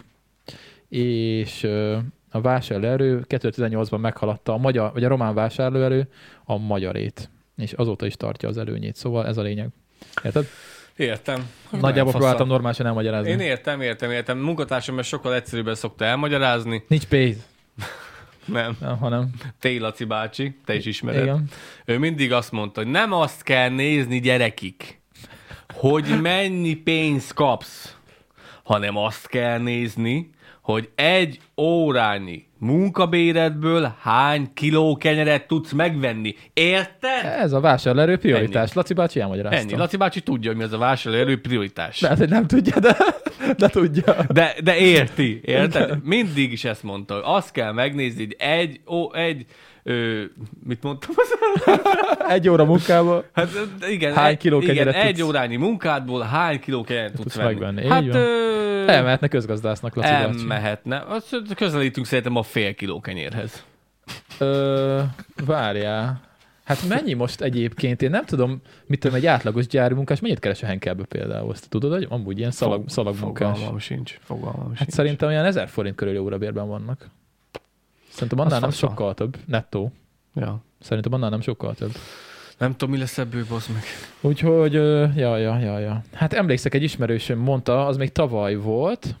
és a vásárlóerő 2018-ban meghaladta a magyar, vagy a román vásárlóerő a magyarét, és azóta is tartja az előnyét, szóval ez a lényeg. Érted? Értem. Nagyjából próbáltam normálisan elmagyarázni. Én értem. Munkatársam ezt sokkal egyszerűbben szokta elmagyarázni. Nincs pénz. Nem. Hanem. Laci bácsi, te is ismered. Igen. Ő mindig azt mondta, hogy nem azt kell nézni, gyerekik, hogy mennyi pénzt kapsz, hanem azt kell nézni, hogy egy órányi munkabéredből hány kiló kenyeret tudsz megvenni. Érted? Ez a vásárlóerő prioritás. Ennyi. Laci bácsi elmagyarázta. Ennyi. Laci bácsi tudja, hogy mi az a vásárlóerő prioritás. Lehet, hogy nem tudja, de tudja. De érti. Érted? Mindig is ezt mondta, hogy azt kell megnézni, hogy mit mondtam? Egy óra munkába. Hát igen. Hány kiló kenyeret tudsz? Egy órányi munkádból hány kiló kenyeret tudsz megvenni. Hát elmehetne közgazdásznak, Laci bácsi. Elmehetne. Azt közelítünk szerintem a fél kiló kenyérhez. Várjál. Hát mennyi most egyébként? Én nem tudom, mit tudom, egy átlagos gyári munkás mennyit keres a Henkelbe például? Azt tudod, hogy amúgy ilyen szalagmunkás. Fogalmam sincs. Hát szerintem olyan 1000 forint körüli órabérben vannak. Szerintem annál nem sokkal több. Nettó. Ja. Szerintem annál nem sokkal több. Nem tudom, mi lesz ebből, bozd meg. Úgyhogy, ja. Hát emlékszek, egy ismerősöm mondta, az még tavaly volt,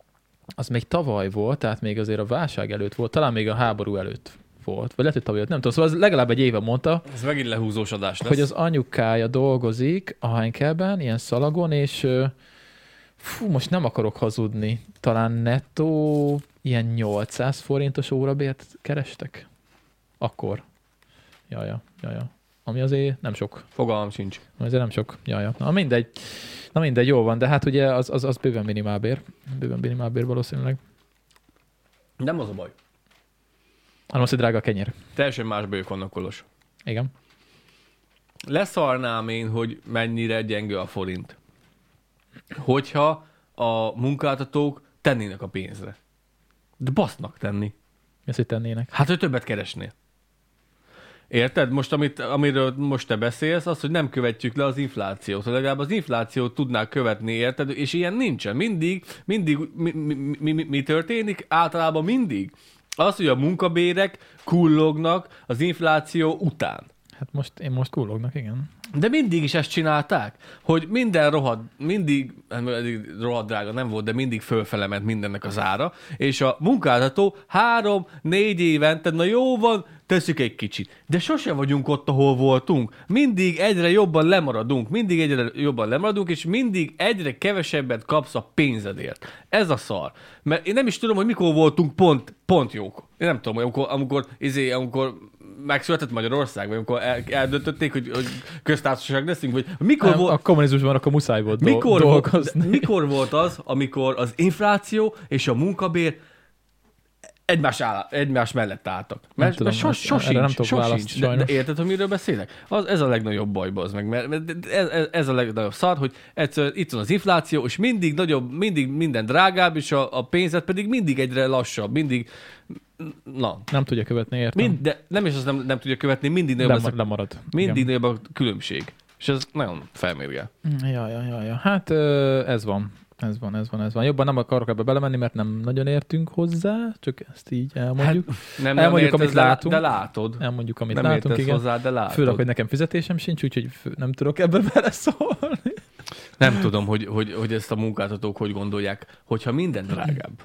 tehát még azért a válság előtt volt, talán még a háború előtt volt, vagy lehet, hogy tavaly, nem tudom, szóval az legalább egy éve mondta. Ez megint lehúzósodás lesz. Hogy az anyukája dolgozik a Henkelben, ilyen szalagon, és most nem akarok hazudni, talán nettó ilyen 800 forintos órabért kerestek? Akkor. Ja. Ami azért nem sok. Fogalmam sincs. Azért nem sok. Ja. Na mindegy, jó van, de hát ugye az bőven minimálbér. Bőven minimálbér valószínűleg. Nem az a baj. hanem az, hogy drága a kenyér. Teljesen más bőjük vannak, Kolos. Igen. Leszarnám én, hogy mennyire gyenge a forint. Hogyha a munkáltatók tennének a pénzre. De basznak tenni. Ezt, hogy tennének. Hát, hogy többet keresnél. Érted? Most, amiről most te beszélsz, az, hogy nem követjük le az inflációt. Legalább az inflációt tudnák követni, érted? És ilyen nincsen. Mindig mi történik? Általában mindig. Az, hogy a munkabérek kullognak az infláció után. Hát én most kullognak, igen. De mindig is ezt csinálták, hogy minden mindig rohadt drága nem volt, de mindig fölfele ment mindennek az ára, és a munkáltató 3-4 évente, na jó van, teszik egy kicsit. De sose vagyunk ott, ahol voltunk. Mindig egyre jobban lemaradunk, és mindig egyre kevesebbet kapsz a pénzedért. Ez a szar. Mert én nem is tudom, hogy mikor voltunk pont jók. Én nem tudom, amikor megszületett Magyarország, vagy amikor eldöntötték, hogy köztársaság leszünk, vagy mikor volt... A kommunizmusban akkor muszáj volt dolgozni. Mikor volt az, amikor az infláció és a munkabér egymás mellett álltak? Mert sosincs. De érted, hogy miről beszélek? Ez a legnagyobb baj, az meg. Mert ez a legnagyobb szar, hogy egyszerűen itt van az infláció, és mindig minden drágább, és a pénzed pedig mindig egyre lassabb, mindig... Na. Nem tudja követni, értem. De nem is az nem tudja követni, mindig lemarad. Mindig nagyobb a különbség. És ez nagyon felmérgel. Ja. Hát ez van. Jobban nem akarok ebbe belemenni, mert nem nagyon értünk hozzá, csak ezt így elmondjuk. Hát, elmondjuk, amit látunk. De látod. Elmondjuk, amit nem látunk, igen. Hozzá, de látod. Főleg, hogy nekem fizetésem sincs, úgyhogy nem tudok ebbe beleszólni. Nem tudom, hogy ezt a munkáltatók hogy gondolják, hogyha minden drágább.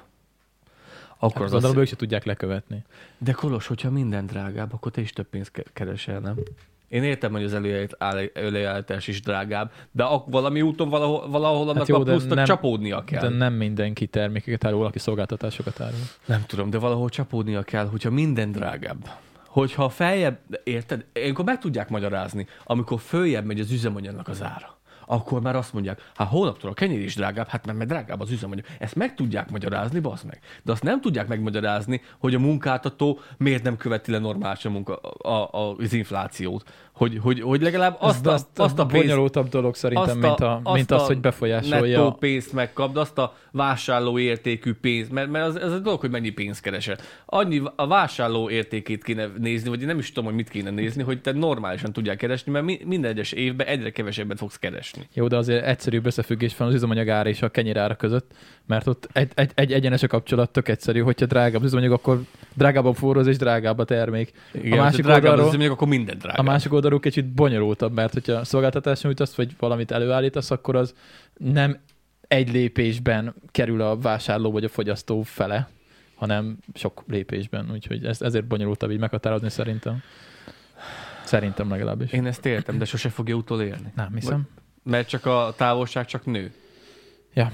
Akkor hát, gondolom, ők se tudják lekövetni. De Kolos, hogyha minden drágább, akkor te is több pénzt keresel, nem? Én értem, hogy az előállítás is drágább, de valami úton valahol annak a plusznak csapódnia kell. De nem mindenki termékeket árul, valaki szolgáltatásokat árul. Nem tudom, de valahol csapódnia kell, hogyha minden drágább. Hogyha feljebb, érted? Ilyenkor meg tudják magyarázni, amikor följebb megy az üzemanyagnak az ára. Akkor már azt mondják, hát hónaptól a kenyér is drágább, hát mert drágább az üzemanyag. Ezt meg tudják magyarázni, bazd meg. De azt nem tudják megmagyarázni, hogy a munkáltató miért nem követi le normálisan az inflációt. Hogy legalább azt a pénzt... bonyolultabb dolog szerintem, mint az, hogy befolyásolja. Nettó pénzt megkapd, azt a vásárló értékű pénzt, mert ez a dolog, hogy mennyi pénzt keresel. Annyi a vásárló értékét kéne nézni, vagy én nem is tudom, hogy mit kéne nézni, hogy te normálisan tudják keresni, mert minden egyes évben egyre kevesebbet fogsz keresni. Jó, de azért egyszerűbb összefüggés van az üzemanyag ára és a kenyér ára között, mert ott egy egyenes a kapcsolat, tök egyszerű, hogyha drágább az üzemanyag, akkor drágább forróz és drágább a termék. Igen, a másik drágább az üzemanyag, akkor minden drágább. A másik oldalról kicsit bonyolultabb, mert hogyha szolgáltatást nyújtasz, vagy valamit előállítasz, akkor az nem egy lépésben kerül a vásárló vagy a fogyasztó fele, hanem sok lépésben, úgyhogy ezért bonyolultabb így meghatározni szerintem. Szerintem legalábbis. Én ezt értem, de sose fogja utolérni. Nem hiszem. Mert csak a távolság csak nő. Ja.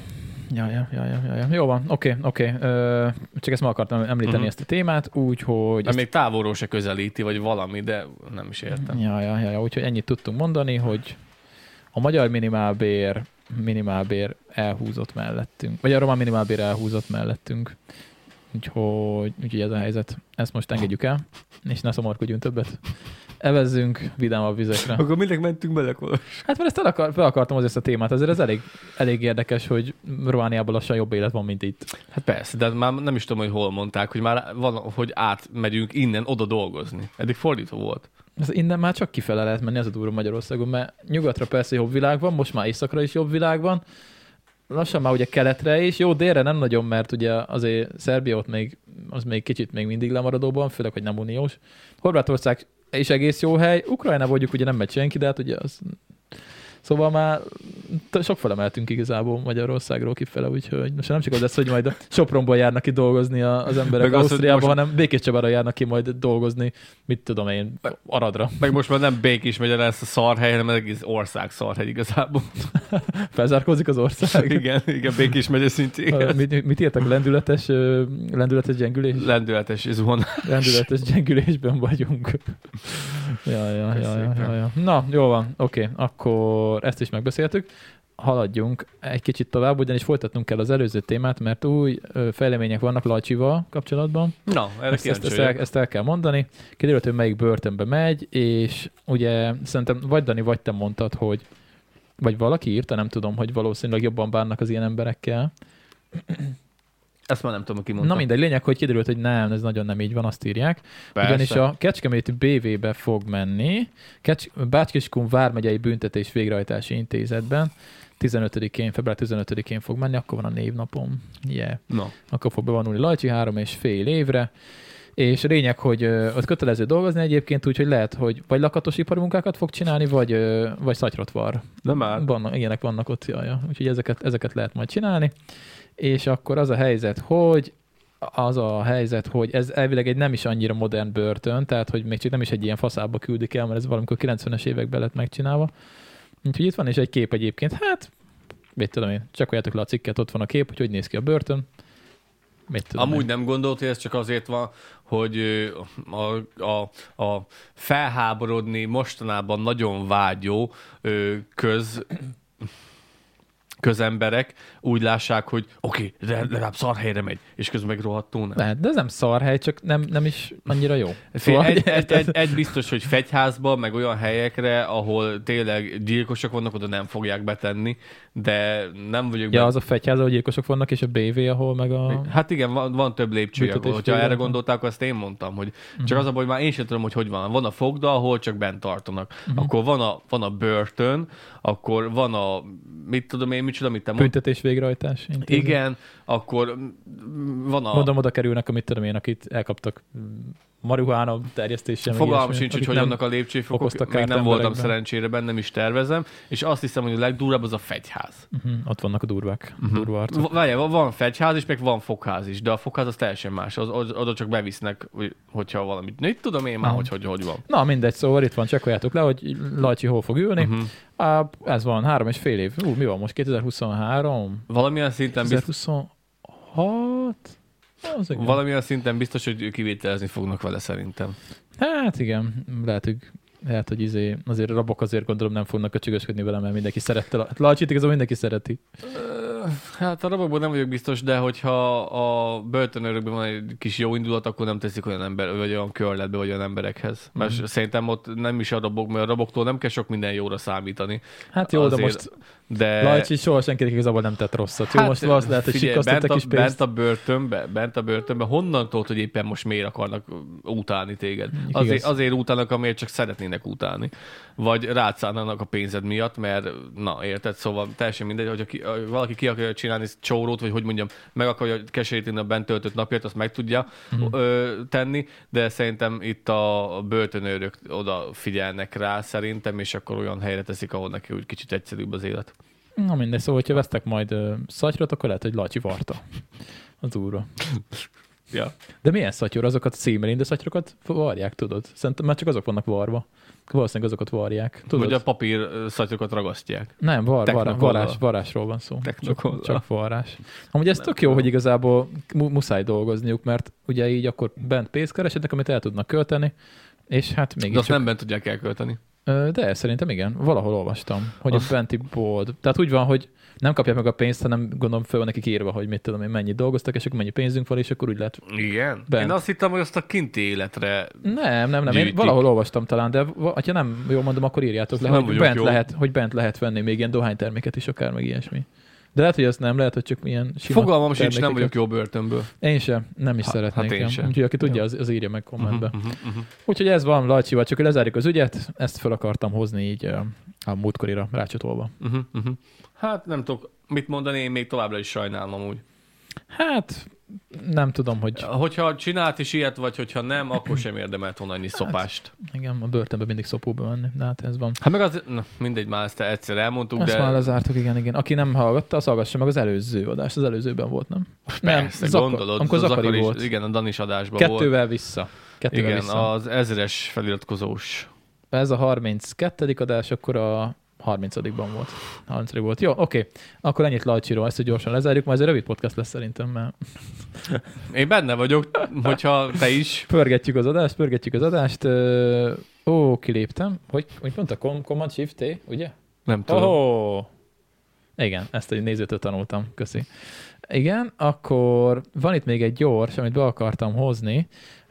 Jó van, oké. Csak ezt meg akartam említeni ezt a témát, úgyhogy... Még távolról se közelíti, vagy valami, de nem is értem. Ja, úgyhogy ennyit tudtunk mondani, hogy a magyar minimálbér elhúzott mellettünk, vagy a román minimálbér elhúzott mellettünk. Úgyhogy ez a helyzet. Ezt most engedjük el, és ne szomorkodjunk többet. Evezzünk vidámabb vizekre. Akkor mindig mentünk bele, Kolos. Hát mert ezt fel akartam ezt a témát, azért ez elég érdekes, hogy Romániában lassan jobb élet van, mint itt. Hát persze, de már nem is tudom, hogy hol mondták, hogy már van, hogy átmegyünk innen oda dolgozni. Eddig fordítva volt. Ez innen már csak kifele lehet menni, ez a durva Magyarországon, mert nyugatra persze jobb világ van, most már északra is jobb világ van, lassan már ugye keletre is, jó, délre nem nagyon, mert ugye azért Szerbia ott az még kicsit még mindig lemaradóban, főleg, hogy nem uniós. Horvátország és egész jó hely. Ukrajna vagyunk, ugye nem megy senki, de hát ugye az... Szóval már sokfele mehetünk igazából Magyarországról kifele, úgyhogy most nem csak az lesz, hogy majd a Sopronból járnak ki dolgozni az emberek Ausztriában, hanem Békéscsabára járnak ki majd dolgozni, mit tudom én, Aradra. Meg most már nem Békés megye lesz a szarhely, hanem az egész ország szarhely igazából. Felzárkózik az ország? Igen, Békés megye szintén. Mit írtak? Lendületes gyengülés? Lendületes zuhanás. Lendületes gyengülésben vagyunk. Ja. Na, jó van, oké, akkor ezt is megbeszéltük. haladjunk egy kicsit tovább, ugyanis folytatnunk kell az előző témát, mert új fejlemények vannak Lajcsival kapcsolatban. Na, erre ezt el kell mondani. Kiderült, hogy melyik börtönbe megy, és ugye szerintem vagy Dani, vagy te mondtad, hogy vagy valaki írta, nem tudom, hogy valószínűleg jobban bánnak az ilyen emberekkel. Ezt már nem tudom, ki mondta. Na mindegy, lényeg, hogy kiderült, hogy nem, ez nagyon nem így van, azt írják. Persze. Ugyanis a Kecskeméti BV-be fog menni, Bács-Kiskun vármegyei büntetés végrehajtási intézetben, február 15-én fog menni, akkor van a névnapom. Yeah. No. Akkor fog bevonulni Lajcsi 3,5 évre, és a lényeg, hogy ott kötelező dolgozni egyébként, úgyhogy lehet, hogy vagy lakatosipari munkákat fog csinálni, vagy szatyrot var. De már. Ilyenek vannak ott, jaja. Úgyhogy ezeket lehet majd csinálni. És akkor az a helyzet, hogy ez elvileg egy nem is annyira modern börtön, tehát hogy még csak nem is egy ilyen faszába küldik el, mert ez valamikor 90-es években lett megcsinálva. Úgyhogy itt van is egy kép egyébként, hát mit tudom én, csekkoljátok le a cikket, ott van a kép, hogy néz ki a börtön. Amúgy nem gondolt, hogy ez csak azért van, hogy a felháborodni mostanában nagyon vágyó közemberek úgy lássák, hogy oké, de legalább szarhelyre megy, és közben meg rohadtul nem. De ez nem szarhely, csak nem is annyira jó. Szóval egy biztos, hogy fegyházban, meg olyan helyekre, ahol tényleg gyilkosok vannak, oda nem fogják betenni, de nem vagyok... Ja, az a fegyház, ahol gyilkosok vannak, és a BV, ahol meg a... Hát igen, van több lépcsője. Hogyha erre gondolták, azt én mondtam, hogy csak az a baj, hogy már én sem tudom, hogy van. Van a fogda, ahol csak bent tartanak. Akkor van a börtön, akkor van a... Mit tudom én, micsoda, mit te mondtad? Büntetés végrehajtás. Igen, akkor van a... Mondom, oda kerülnek, amit tudom én, akit elkaptak marihuána terjesztéssel. Fogalmam sincs, hogy annak a lépcsőfokok, még nem voltam szerencsére benne, nem is tervezem, és azt hiszem, hogy a legdurvább az a fegyház. Ott vannak a durvák. Durva arcok. Van fegyház is, meg van fogház is, de a fogház az teljesen más. Oda csak bevisznek, hogyha valamit. Itt tudom én már, hogy van. Na mindegy, szóval itt van, csekkoljátok le, hogy Lajcsi hol fog ülni. Ez van 3,5 év. Mi van most? 2023? Valamilyen szinten 2026? Valamilyen szinten biztos, hogy kivételezni fognak vele szerintem. Hát igen, lehet, hogy azért rabok azért gondolom nem fognak köcsögösködni vele, mert mindenki szerette. Lajcsit igazából mindenki szereti. Hát a rabokból nem vagyok biztos, de hogyha a börtönőrökben van egy kis jó indulat, akkor nem teszik olyan ember, vagy olyan körletbe, vagy olyan emberekhez. Mert szerintem ott nem is a rabok, mert a raboktól nem kell sok minden jóra számítani. Hát jó, azért, de most Lajcsi soha senkinek igazából nem tett rosszat. Jó, most azt lehet, hogy sikasztottak is pénzt. Bent a börtönben, honnan tudod, hogy éppen most miért akarnak utálni téged? Azért utálnak, amiért csak szeretnének utálni. Vagy rátszánnak a pénzed miatt, mert na, érted? Szóval teljesen mindegy, hogyha valaki ki akarja csinálni csórót, vagy hogy mondjam, meg akarja keseríteni a bent töltött napját, azt meg tudja tenni, de szerintem itt a börtönőrök oda figyelnek rá szerintem, és akkor olyan helyre teszik, ahol neki úgy kicsit egyszerűbb az élet. Na mindegy, szóval, hogyha vesztek majd szatyrot, akkor lehet, hogy Lajcsi varta az úrra. Ja. De milyen szatyor? Azokat a címerinde szatyrokat varják, tudod? Szerintem már csak azok vannak varva. Valószínűleg azokat varják. Tudod? Vagy a papír szatyrokat ragasztják. Nem, varásról van szó. Csak varrás. Amúgy ez tök jó, tudom. hogy igazából muszáj dolgozniuk, mert ugye így akkor bent pénzt keresetnek, amit el tudnak költeni, és hát mégis. De azt nem bent tudják elkölteni. De szerintem igen, valahol olvastam, hogy a benti bold. Tehát úgy van, hogy nem kapják meg a pénzt, hanem gondolom föl van nekik írva, hogy mit tudom én, mennyit dolgoztak, és akkor mennyi pénzünk van, és akkor úgy lehet. Igen? Bent. Én azt hittem, hogy azt a kinti életre Nem. Én valahol olvastam talán, de ha nem jól mondom, akkor írjátok le, hogy bent lehet venni még ilyen dohányterméket is, akár meg ilyesmi. De lehet, hogy azt nem, lehet, hogy csak ilyen sima fogalmam sincs, nem vagyok jó börtönből. Én sem, nem is szeretnék. Hát én sem. Úgyhogy aki tudja, az írja meg kommentbe. Úgyhogy ez van Lajcsival, csak lezárjuk az ügyet, ezt fel akartam hozni így a múltkorira rácsatolva. Hát nem tudok mit mondani, én még továbbra is sajnálom amúgy. Hát nem tudom, hogy... Hogyha csinált is ilyet, vagy hogyha nem, akkor sem érdemelt volna annyi szopást. Igen, a börtönben mindig szopóba menni, de hát ez van. Hát meg az, mindegy, már ezt egyszer elmondtuk, ezt már lezártuk, igen. Aki nem hallgatta, az hallgassa meg az előző adást. Az előzőben volt, nem? Persze, gondolod. Amikor Zakari volt. Igen, a Danis adásban volt. Kettővel vissza. Igen, az 1000-es feliratkozós. Ez a 32. adás, akkor a 30-ban volt. 30 volt. Jó, oké. Akkor ennyit Lajcsiról, ezt gyorsan lezárjuk, majd ez egy rövid podcast lesz szerintem, mert... Én benne vagyok, hogyha te is. Pörgetjük az adást. Kiléptem. Hogy mondta? Command Shift T, ugye? Nem tudom. Igen, ezt egy nézőtől tanultam. Köszi. Igen, akkor van itt még egy gyors, amit be akartam hozni.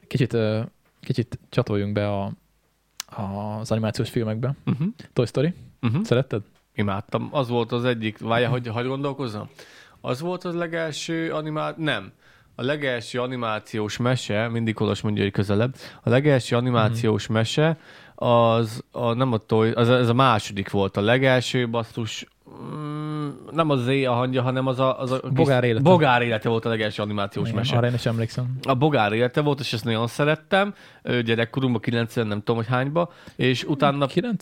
Kicsit csatoljunk be az animációs filmekbe. Toy Story. Szeretted? Imádtam. Az volt az egyik, várjál, hogy gondolkozzam? Az volt az legelső nem. A legelső animációs mese, mindig Kolos mondja, hogy közelebb, a legelső animációs mese, nem a Toy, ez a második volt. A legelső basszus, nem az Zé a hangja, hanem az a Bogár élete volt a legelső animációs mese. Arra én is emlékszem. A Bogár élete volt, és ezt nagyon szerettem. Gyerekkorunkban, 90 nem tudom, hogy hányba. És utána...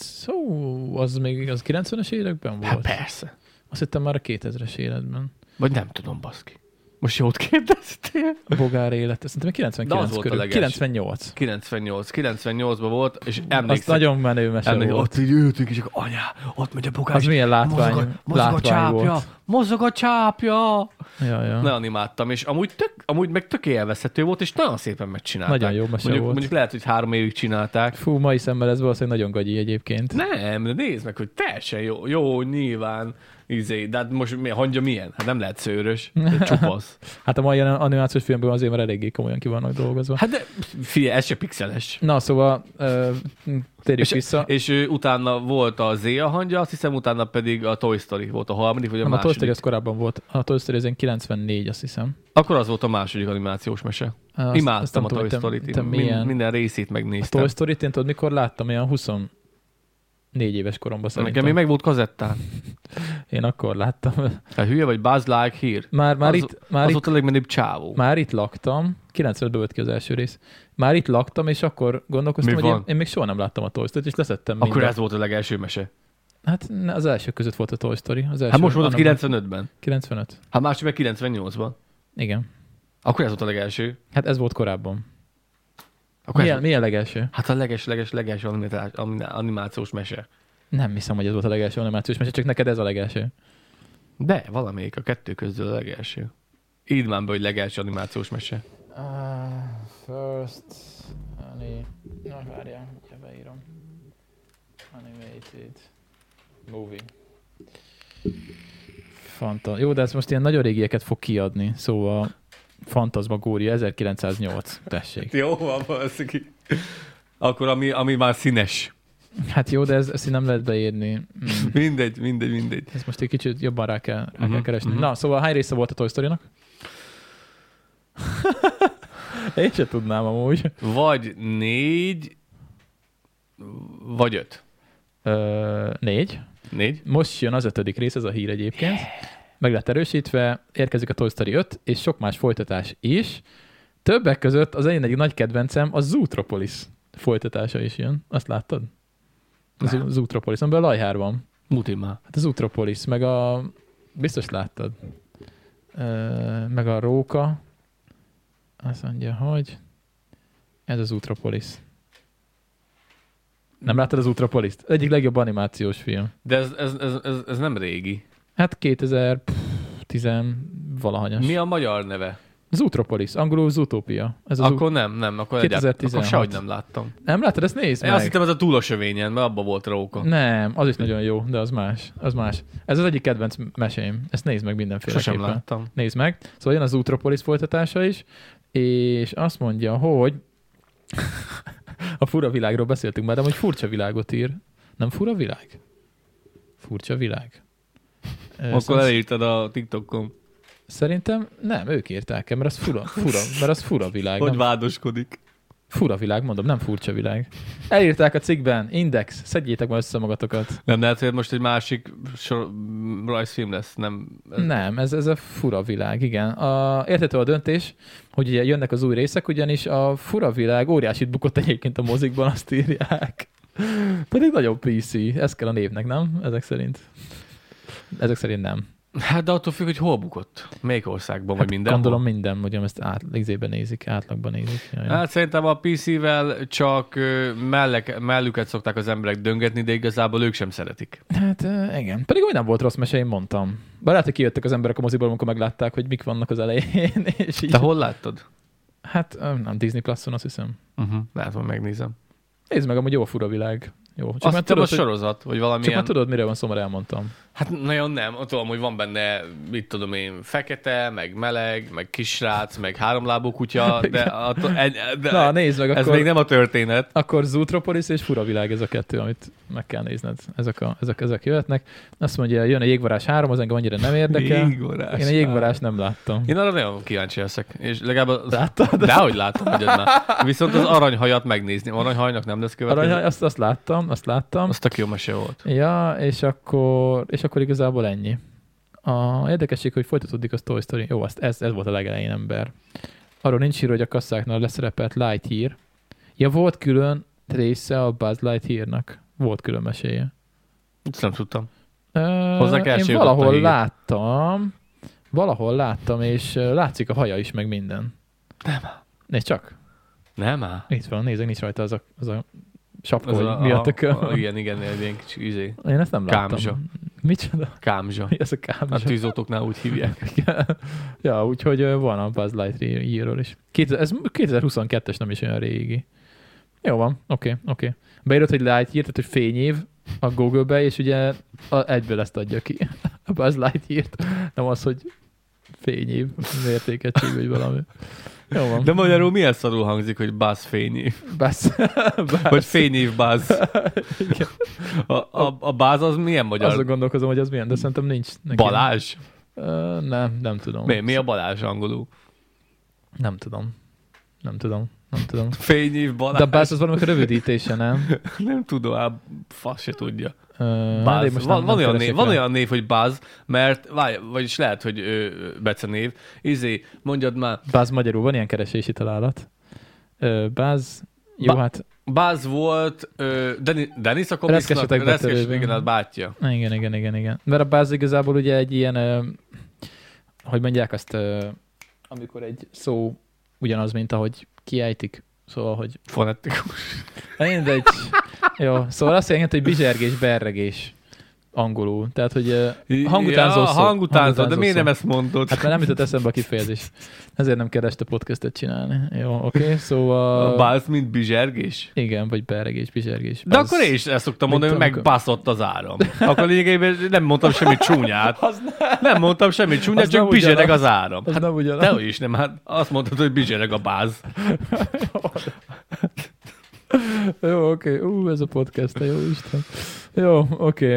az még az 90-es években volt? Hát persze. Azt hittem már a 2000-es életben. Vagy nem tudom, baszki. Most jót kérdeztél? A Bogár élete. Szerintem 99 körül. 98. 98-ban volt, és emlékszem. Azt nagyon menő mese volt. Ott így ültünk, és akkor anyá, ott megy a Bogár. Az milyen látvány volt. Mozog a csápja. Ja. Nagyon imádtam, és amúgy meg tök élvezhető volt, és nagyon szépen megcsinálták. Nagyon jó mese volt. Mondjuk lehet, hogy 3 évig csinálták. Fú, mai szemmel ez valószínűleg nagyon gagyi egyébként. Nem, de nézd meg, hogy teljesen jó nyilván. De hát most hangja milyen? Hát nem lehet szőrös, de csupasz. Hát a mai animációs filmben azért már eléggé komolyan ki vannak dolgozva. Hát de figyelj, ez se pixeles. Na, szóval térjük vissza. És utána volt a Zéa hangja, azt hiszem, utána pedig a Toy Story volt a harmadik, vagy a második. A Toy Story az korábban volt. A Toy Story az 94, azt hiszem. Akkor az volt a második animációs mese. Imádtam a Toy Story-t. Minden részét megnéztem. A Toy Story-t én tudod, mikor láttam? Olyan 24 éves koromban szerintem. Nekem még meg volt kazettán. Én akkor láttam. Hát hülye vagy Buzz Lightyear? Az volt a legmenőbb csávó. Már itt laktam. 95-ből volt ki az első rész. Már itt laktam, és akkor gondolkoztam, hogy én még soha nem láttam a Toy Story-t, és leszettem mindent. Akkor ez volt a legelső mese? Hát az első között volt a Toy Story. Hát most volt az 95-ben. 95. Hát másik meg 98-ban. Igen. Akkor ez volt a legelső. Hát ez volt korábban. Milyen legelső? Hát a legelső animációs mese. Nem hiszem, hogy ez volt a legelső animációs mese, csak neked ez a legelső. De valamelyik a kettő közül a legelső. Írd már be, hogy legelső animációs mese. First várjál, hogyha beírom. Animated movie. Jó, de ez most ilyen nagyon régieket fog kiadni, szóval Fantasmagória 1908, tessék. Jó, akkor ami már színes. Hát jó, de ezt nem lehet beírni. Mindegy. Ez most egy kicsit jobban rá kell keresni. Na, szóval hány része volt a Toy Story-nak? Én sem tudnám amúgy. Vagy 4, vagy 5. 4. Most jön az 5. rész, ez a hír egyébként. Meg lett erősítve, érkezik a Toy Story 5, és sok más folytatás is. Többek között az egyik nagy kedvencem a Zootropolis folytatása is jön. Azt láttad? A Zootropolis, amiben a Lajhár van. Mutimá. Hát a Zootropolis, meg biztos láttad. Meg a Róka. Azt mondja, hogy ez az Zootropolis. Nem láttad az Zootropolis-t? Egyik legjobb animációs film. De ez nem régi. Hát 2010 valahanyas. Mi a magyar neve? Zootropolis, angolul Zootopia. Akkor nem. Akkor 2016. Akkor sehogy nem láttam. Nem láttad? Ezt nézd meg. Én azt hittem, ez a Túl a sövényen, mert abban volt Róka. Nem, az is nagyon jó, de az más. Ez az egyik kedvenc mesém. Ezt nézd meg mindenféleképpen. Sosem láttam. Nézd meg. Szóval jön a Zootropolis folytatása is, és azt mondja, hogy a fura világról beszéltünk már, de hogy furcsa világot ír. Nem fura világ? Furcsa világ. Akkor elírtad a TikTokon. Szerintem nem, ők írták el, mert az fura világ. Hogy vádoskodik? Fura világ, mondom, nem furcsa világ. Elírták a cikkben, Index, szedjétek már össze magatokat. Nem lehet, hogy most egy másik rajzfilm lesz, nem? Nem, ez a fura világ, igen. Érthető a döntés, hogy ugye jönnek az új részek, ugyanis a fura világ óriásit bukott egyébként a mozikban, azt írják. Pedig nagyon PC, ez kell a névnek, nem? Ezek szerint nem. Hát de attól függ, hogy hol bukott. Melyik országban, vagy mindenhol? Gondolom minden, hogy ezt átlagban nézik. Jaj. Hát szerintem a PC-vel csak mellüket szokták az emberek döngetni, de igazából ők sem szeretik. Hát igen. Pedig úgy nem volt rossz mese, én mondtam. Bár lehet, hogy kijöttek az emberek a moziból, amikor meglátták, hogy mik vannak az elején. És így... Te hol láttad? Hát nem, Disney Plus-on, azt hiszem. Lehet, hogy megnézem. Nézd meg, amúgy jó a fura világ. Jó. Csak azt tudod, a sorozat, vagy valamilyen... Csak már tudod, miről van szó, mert elmondtam. Hát nagyon nem. Tudom, hogy van benne, mit tudom én, fekete, meg meleg, meg kisrác, meg háromlábú kutya, de Na, nézd meg, ez akkor, még nem a történet. akkor Zootropolis és Fura világ ez a kettő, amit meg kell nézned. Ezek jöhetnek. Azt mondja, jön a Jégvarázs 3, az engem annyira nem érdekel. Jégvarázs. Én a Jégvarázs nem láttam. Én arra nagyon kíváncsi leszek. És legalább Láttad? Dehogy láttam, hogy már. Viszont az aranyhajat megnézni. Aranyhajnak nem lesz következő. Aranyhaj, azt láttam. Az tök jó mese volt. Ja, és akkor igazából ennyi. A érdekesség, hogy folytatódik a Toy Story. Jó, ez volt a legelején ember. Arról nincs írva, hogy a kasszáknál leszerepelt Lightyear. Ja, volt külön része a Buzz Lightyearnak. Volt külön meséje. Ezt nem tudtam. Én valahol láttam, és látszik a haja is, meg minden. Nem. Nézd csak. Nem áll. Itt van, nézd, nincs rajta az a sapka, hogy mi a tököm. Igen, ilyen kicsi izé. Én ezt nem láttam. Kámzsa. Micsoda? Kámzsa. Mi ez a kámzsa? A tűzoltóknál úgy hívják. Ja, úgyhogy van a Buzz Lightyear-ról is. Ez 2022-es, nem is olyan régi. Jó van, oké. Beírod, hogy Lightyear, tehát hogy fényév a Google-be, és ugye egyből ezt adja ki. A Buzz Lightyear-t. Nem az, hogy fényév mértékegység, vagy valami. Jó van. De magyarul milyen szarul hangzik, hogy Buzz fényév? Buzz. Vagy fényév Buzz. A Buzz az milyen magyar? Azon gondolkozom, hogy az milyen, de szerintem nincs neki. Balázs? Nem tudom. Mi a Balázs angolul? Nem tudom. Fényév Balázs? De a Buzz az valamikor rövidítése, nem? Nem tudom, fasz se tudja. Buzz. Van olyan név, hogy Buzz, mert, vagyis lehet, hogy becenév. Mondjad már. Buzz magyarul, van ilyen keresési találat. Buzz, jó, hát... Buzz volt, Dennis a komisznak, igen, az bátyja. Igen. Mert a Buzz igazából ugye egy ilyen, hogy mondják azt, amikor egy szó ugyanaz, mint ahogy kiejtik. Szóval, hogy... Fonetikus. Jó, szóval azt jelenti, hogy bizsergés, berregés angolul. Tehát, hogy hangutánzó szó. Hangutánzó, de miért nem ezt mondod? Hát mert nem jutott eszembe a kifejezés. Ezért nem kell este podcastet csinálni. Jó, oké, szóval... A buzz, mint bizsergés? Igen, vagy berregés, bizsergés. De akkor én is ezt szoktam mondani, hogy megbaszott az áram. Akkor lényegében nem mondtam semmi csúnyát. Nem mondtam semmi csúnyát, csak bizsereg az áram. Hát nem ugyanaz. Te is nem, hát azt mondtad, hogy bizsereg a buzz. Jó, oké. Ez a podcast, jó Isten. Jó, oké.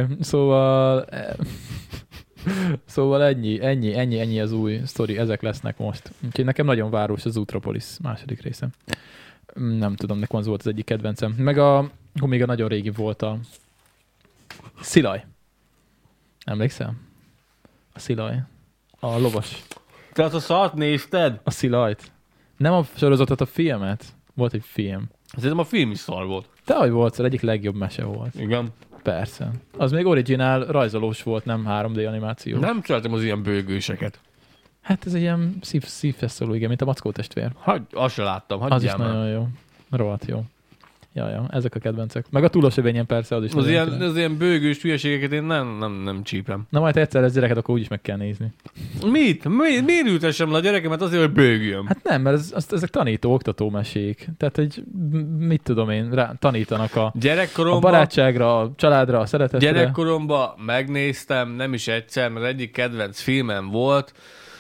Szóval ennyi az új sztori, ezek lesznek most. Úgyhogy nekem nagyon város az Zootropolis második része. Nem tudom, nekem az volt az egyik kedvencem. Meg még a nagyon régi volt a Szilaj. Emlékszel? A Szilaj. A lovas. Te azt a szart nézted? A Szilajt. Nem a sorozatot, a filmet. Volt egy film. Szerintem a film is szar volt. Dehogy volt, az egyik legjobb mese volt. Igen. Persze. Az még originál rajzolós volt, nem 3D animáció. Nem szeretem az ilyen bőgőseket. Hát ez egy ilyen szívfeszoló, igen, mint a Mackó testvér. Azt se láttam, az is nagyon jó. Rohadt jó. Ja, ezek a kedvencek. Meg a túlos övényen persze, az is. Az ilyen bőgős hülyeségeket én nem csípem. Na majd egyszer ez gyereket, akkor úgyis meg kell nézni. Miért ültessem le a gyerekemet azért, hogy bőgjön? Hát nem, mert ezek tanító, oktató mesék. Tehát, hogy mit tudom én, tanítanak a barátságra, a családra, a szeretetre. Gyerekkoromban megnéztem, nem is egyszer, mert egyik kedvenc filmem volt,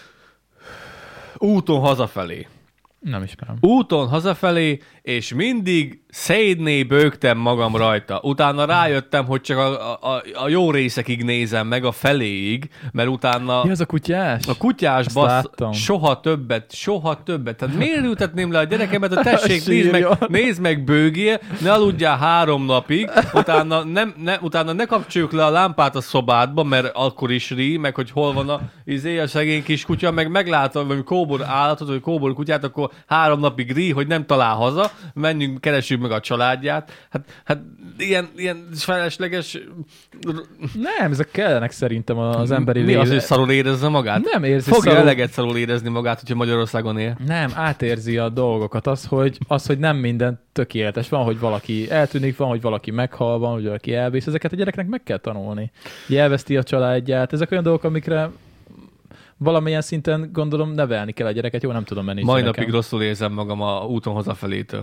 Úton hazafelé. Nem ismerem. Úton hazafelé, és mindig szédné bőgtem magam rajta. Utána rájöttem, hogy csak a jó részekig nézem meg, a feléig, mert utána... Mi az a kutyás? A kutyás bassz, soha többet. Tehát miért ültetném le a gyerekemet, hogy tessék, nézd meg bőgjél, ne aludjál 3 napig, utána ne kapcsoljuk le a lámpát a szobádba, mert akkor is rí, meg hogy hol van a szegény kis kutya, meg meglátom, hogy kóbor állatot, vagy kóbor kutyát, akkor 3 napig rí, hogy nem talál haza, menjünk, keressük meg a családját. Hát ilyen felesleges... Nem, ezek kellenek szerintem az emberi Mi az, hogy szarul érezze magát? Nem érzi Fogja eleget szarul érezni magát, hogyha Magyarországon él. Nem, átérzi a dolgokat. Az, hogy nem minden tökéletes. Van, hogy valaki eltűnik, van, hogy valaki meghal, van, hogy valaki elvész. Ezeket a gyereknek meg kell tanulni. Elveszti a családját. Ezek olyan dolgok, amikre valamilyen szinten gondolom nevelni kell a gyereket. Jó, nem tudom menni. Mai napig rosszul érzem magam a úton hazafelétől.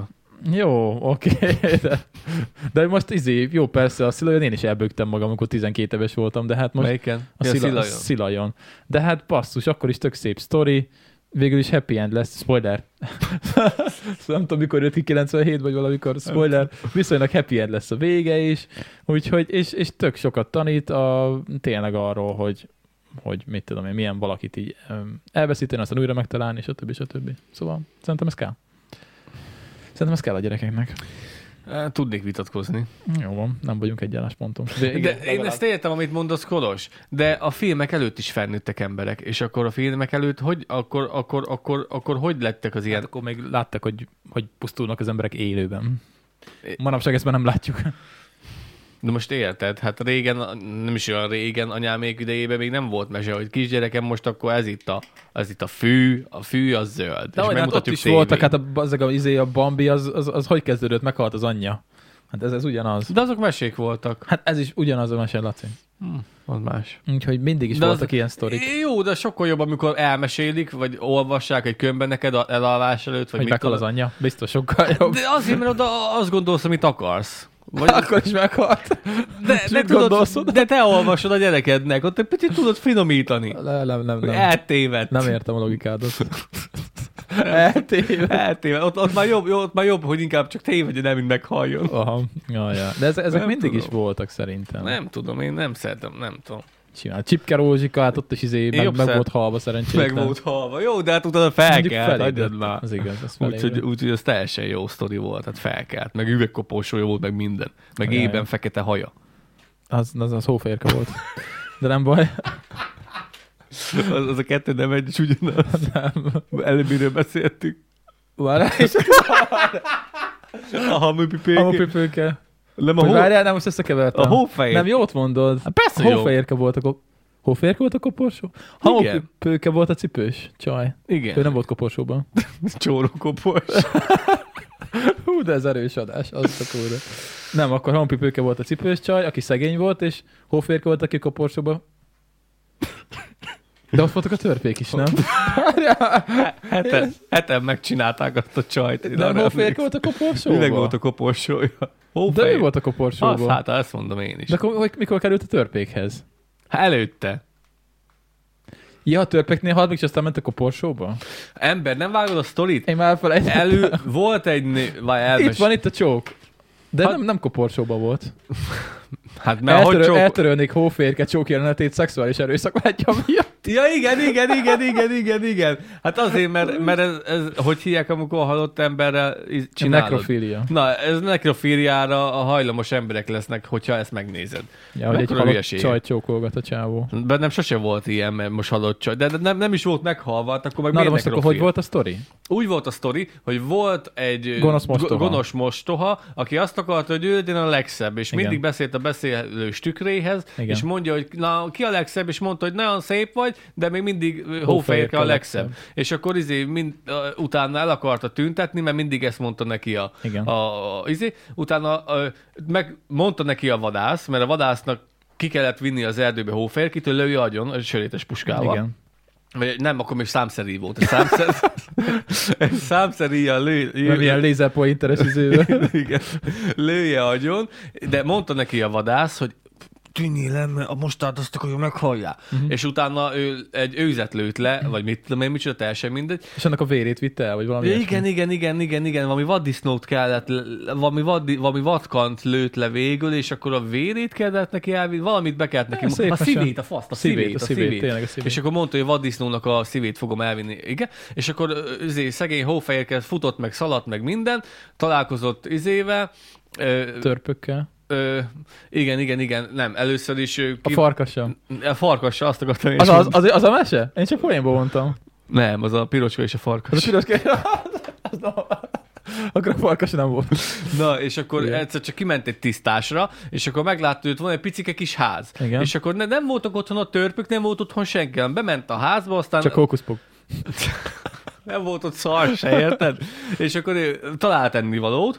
Jó, oké. De most jó, persze, a Szilajon én is elbögtem magam, amikor 12 éves voltam, de hát most... Melyiken? A Szilajon. De hát basszus, akkor is tök szép sztori. Végül is happy end lesz, spoiler. Nem tudom, mikor jött ki 97 vagy valamikor, spoiler. Viszonylag happy end lesz a vége is. Úgyhogy, és tök sokat tanít tényleg arról, hogy mit tudom én, milyen valakit így elveszíteni, aztán újra megtalálni, és a többi. Szóval szerintem ez kell. Szerintem ez kell a gyerekeknek. Tudnék vitatkozni. Jó van, nem vagyunk egy állásponton. De én ezt értem, amit mondasz, Kolos, de a filmek előtt is felnőttek emberek, és akkor a filmek előtt akkor hogy lettek az ilyen... Hát akkor még láttak, hogy pusztulnak az emberek élőben. Manapság ezt már nem látjuk. De most érted, hát régen, nem is olyan régen, anyámék idejében még nem volt mese, hogy kisgyerekem, most akkor ez itt a fű az zöld. De olyan, hát ott is tévén voltak, hát a Bambi, az hogy kezdődött, meghalt az anyja. Hát ez ugyanaz. De azok mesék voltak. Hát ez is ugyanaz a mese, Laci. Az más. Úgyhogy mindig is voltak ilyen sztorik. Jó, de sokkal jobb, amikor elmesélik, vagy olvassák egy könyvben neked elalvás előtt, vagy hogy meghal az anyja. Biztos sokkal jobb. De azért, mert oda azt gondolsz, amit akarsz. Vagy akkor is meghalt. De te olvasod a gyerekednek, ott egy picit tudod finomítani. Nem. Eltévedt. Nem értem a logikádat. Eltévedt. Ott már jobb, hogy inkább csak tévedjen el, mint meghalljon. Aha. Ja. De ezek mindig tudom. Is voltak szerintem. Nem tudom, én nem szeretem, nem tudom. Csinál. Csipke Rózsika, hát ott is meg volt halva szerencsétlen. Meg volt halva. Jó, de hát utána felkelt, hagyjad már. Az igaz, úgyhogy az teljesen jó sztori volt, hát felkelt. Meg üvegkoporsója volt, meg minden. Meg ében fekete haja. Az hóférke volt. De nem baj. Az a kettő nem egy, és ugyanaz. Előbb miről beszéltük. Várjál, és a hamupipőke. Várjál, nem most összekevertem. A hófehér. Nem, jót mondod. Hát persze jó. Hófehérke volt a koporsó? Hamupipőke volt a cipős csaj. Igen. Ő nem volt koporsóban. Csórókopors. Hú, de ez erős adás. Azt a kóra. Nem, akkor hamupipőke volt a cipős csaj, aki szegény volt, és hófehérke volt, aki koporsóban. De ott voltak a törpék is, nem? Heten megcsinálták azt a csajt. De hófehérke volt a koporsóban? Üveg volt a koporsója. De ő volt a koporsóban. Hát ezt mondom én is. De mikor került a törpékhez? Előtte. Ja, a törpeknél halt, és aztán ment a koporsóba? Ember, nem vágod a sztorit? Én már elfelejtettem. Volt egy Itt van itt a csók. De nem koporsóba volt. Hát mert eltörölnék hóférke csók jelenetét szexuális erőszak vágya miatt. Ja, igen. Hát azért, mert ez hogy hívják, amikor a halott emberrel csinálod? Nekrofília. Na, ez nekrofíliára a hajlamos emberek lesznek, hogyha ezt megnézed. Ja, hogy egy halott csaj csókolgat a csávó. Bennem sose volt ilyen, mert most halott csaj. De nem is volt meghalva, akkor meg miért most akkor hogy volt a sztori? Úgy volt a sztori, hogy volt egy gonosz mostoha, aki azt akarta, hogy ő legyen a legszebb, és mindig beszélt a beszélős tükréhez, és mondja, hogy na, ki a legszebb, és mondta, hogy nagyon szép vagy, de még mindig hófehérke a legszebb. És akkor utána el akarta tüntetni, mert mindig ezt mondta neki utána megmondta neki a vadász, mert a vadásznak ki kellett vinni az erdőbe hófehérkitől, lője agyon, a sörétes puskával. Igen. Nem, akkor még számszerű volt. Számszerűen milyen lézerpointeres izével. Igen. Lője agyon, de mondta neki a vadász, hogy tűnjél el, mert a mostárt azt akarja, meghalljál. És utána ő egy őzet lőtt le, vagy mit tudom én, micsoda, teljesen mindegy. És annak a vérét vitte el, vagy valami Igen, valami vaddisznót kellett, valami vadkant lőtt le végül, és akkor a vérét kellett neki elvinni, valamit be kellett neki. A szívét, a szívét. Tényleg a szívét. És akkor mondta, hogy vaddisznónak a szívét fogom elvinni. Igen. És akkor szegény hófehérke futott meg, szaladt meg minden, találkozott törpökkel. Igen, nem, először is... A farkassal. A farkassal, azt akartam én. Az a mese? Én csak poénból mondtam. Nem, az a pirocska és a farkas. Az a piroska... Akkor a farkas nem volt. Na, és akkor egyszer csak kiment egy tisztásra, és akkor meglátta, hogy van egy picike kis ház. Igen. És akkor nem voltak otthon a törpök, nem volt otthon senki. Bement a házba, aztán... Csak hókuszpok. Nem volt ott szar se, érted? És akkor talált ennivalót,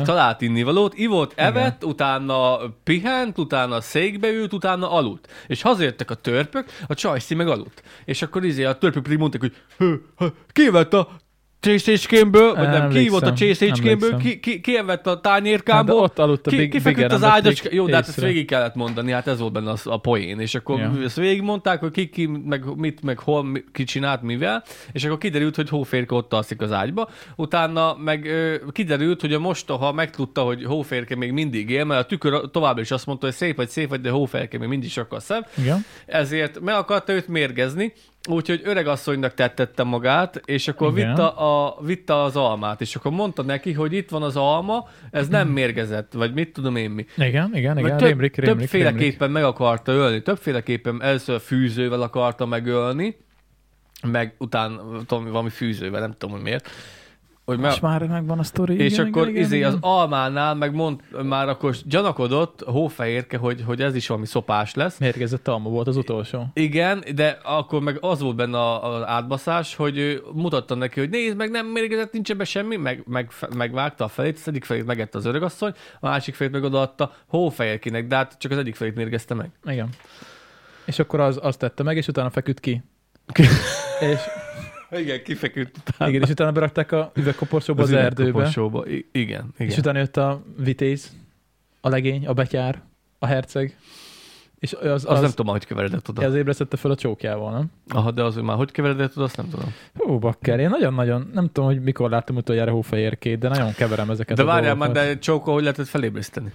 ivott, evett, utána pihent, utána székbe ült, utána aludt. És hazajöttek a törpök, a csajszi meg aludt. És akkor a törpök pedig mondták, hogy ki vett a csészécskémből, vagy nem, ki volt a csészécskémből, ki evett a tányérkámból, hát ott aludt a ki feküdt az ágyacska. Jó, de hát ezt végig kellett mondani, hát ez volt benne a poén. És akkor ezt végig mondták, hogy ki meg mit, meg hol, ki csinált, mivel, és akkor kiderült, hogy Hóférke ott alszik az ágyba. Utána meg kiderült, hogy a mostoha megtudta, hogy Hóférke még mindig él, mert a tükör továbbra is azt mondta, hogy szép vagy, de Hóférke még mindig sokkal szebb. Igen. Ezért meg akarta őt mérgezni, úgyhogy öregasszonynak tettette magát, és akkor vitte az almát, és akkor mondta neki, hogy itt van az alma, ez nem mérgezett, vagy mit tudom én mi. Igen. Többféleképpen meg akarta ölni, többféleképpen először fűzővel akarta megölni, meg utána valami fűzővel, nem tudom, hogy miért. Most már megvan a sztori. És akkor az almánál már akkor gyanakodott Hófehérke, hogy ez is valami szopás lesz. Mérgezett alma volt az utolsó. Igen, de akkor meg az volt benne az átbaszás, hogy mutatta neki, hogy nézd meg, nem mérgezett, nincs ebben semmi, megvágta a felét, az egyik felét megette az öregasszony, a másik felét meg odaadta Hófehérkének, de hát csak az egyik felét mérgezte meg. Igen. És akkor azt tette meg, és utána feküdt ki. És... Igen, kifeküdt utána. Igen, és utána berakták a üvegkoporsóba az erdőbe. Igen. És utána jött a vitéz, a legény, a betyár, a herceg. És az nem tudom, hogy keveredett oda. Ez ébresztette fel a csókjával, nem? Aha, de az, hogy már hogy keveredett oda, azt nem tudom. Hú, bakker, én nagyon-nagyon, nem tudom, hogy mikor láttam utoljára Hófehérkét, de nagyon keverem ezeket de a várjál dolgokat. már, de csókkal hogy lehetett felébreszteni?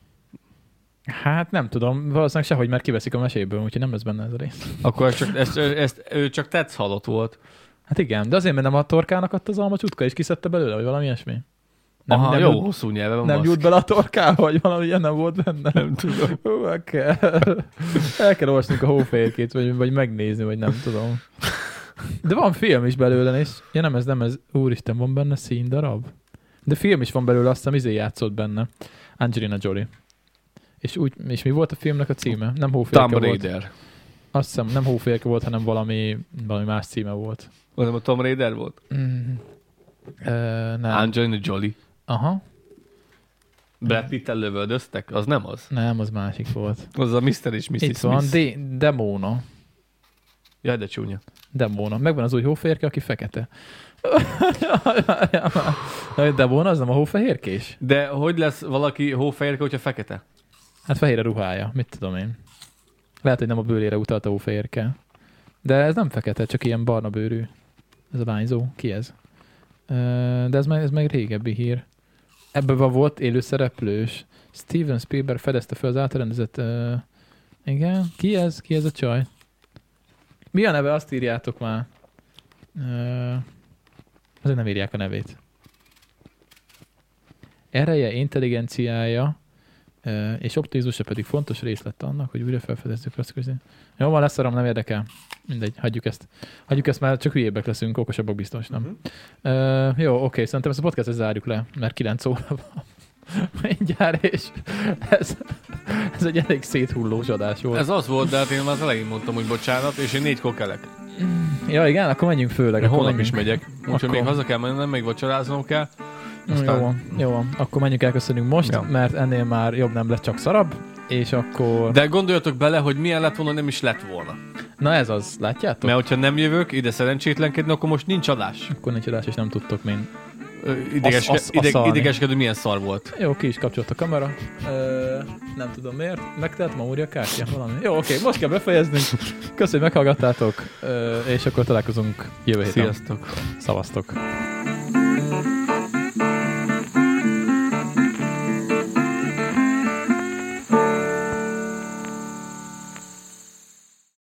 Hát nem tudom, valószínűleg sehogy, mert kiveszik a meséből, úgyhogy nem lesz benne ez a rész. Akkor ő csak tetsz halott volt. Hát igen, de azért, mert nem a torkának adta az alma csutka, és kiszedte belőle, vagy valami ilyesmi. Nem jó, hosszú nyelve van. Nem jut bele a torkába, vagy valami ilyen nem volt benne. Nem tudom. El kell olvasnunk a Hófehérkét, vagy megnézni, vagy nem tudom. De van film is belőle, és ja, nem ez, úristen, van benne színdarab. De film is van belőle, azt hiszem, játszott benne. Angelina Jolie. És mi volt a filmnek a címe? Nem Hófehérke Tomb volt. Raider. Azt hiszem, nem Hófehérke volt, hanem valami más címe volt. Nem a Tomb Raider volt? Nem. Angelina Jolie. Aha. Brad Pitt-tel lövöldöztek? Az nem az? Nem, az másik volt. Az a Mr. és Mrs. Itt van, Demona. Jaj, de csúnya. Demona. Megvan az új Hófehérke, aki fekete. Demona, az nem a hófehérkés? De hogy lesz valaki hófehérke, hogyha fekete? Hát fehér a ruhája, mit tudom én. Lehet, hogy nem a bőrére utalt a hófehérke. De ez nem fekete, csak ilyen barna bőrű. Ez a lányzó. Ki ez? De ez meg régebbi hír. Ebben volt élő szereplős. Steven Spielberg fedezte fel az átrendezett... igen. Ki ez? Ki ez a csaj? Mi a neve? Azt írjátok már. Azért nem írják a nevét. Ereje, intelligenciája és optimizmusa pedig fontos rész lett annak, hogy újra felfedezzük azt közé. Jó, van, leszarom, nem érdekel. Mindegy, hagyjuk ezt. Hagyjuk ezt, már csak hülyébbek leszünk, okosabbak biztos, nem? Jó, oké, szerintem ezt a podcastet zárjuk le, mert 9 óra van. Mindjárt, és ez egy elég széthullós adás volt. Ez az volt, de hát én már az elején mondtam, hogy bocsánat, és én 4-kor kelek. Ja, igen, akkor menjünk főleg. Holnap is megyek, úgyhogy még haza kell mennem, még vacsoráznom kell. Aztán... Jó van, akkor menjünk elköszönünk most, ja. Mert ennél már jobb nem lett, csak szarabb, és akkor... De gondoljatok bele, hogy milyen lett volna, nem is lett volna. Na ez az, látjátok? Mert hogyha nem jövök ide szerencsétlenkedni, akkor most nincs adás. Akkor nincs adás, és nem tudtok mind. Idegeskedő, milyen szar volt. Jó, ki is kapcsolt a kamera. Nem tudom miért. Megtelt ma úrja kártya valami. Jó, oké, most kell befejeznünk. Köszönjük, meghallgattátok, és akkor találkozunk jövő héten. Sziasztok. Szavaztok.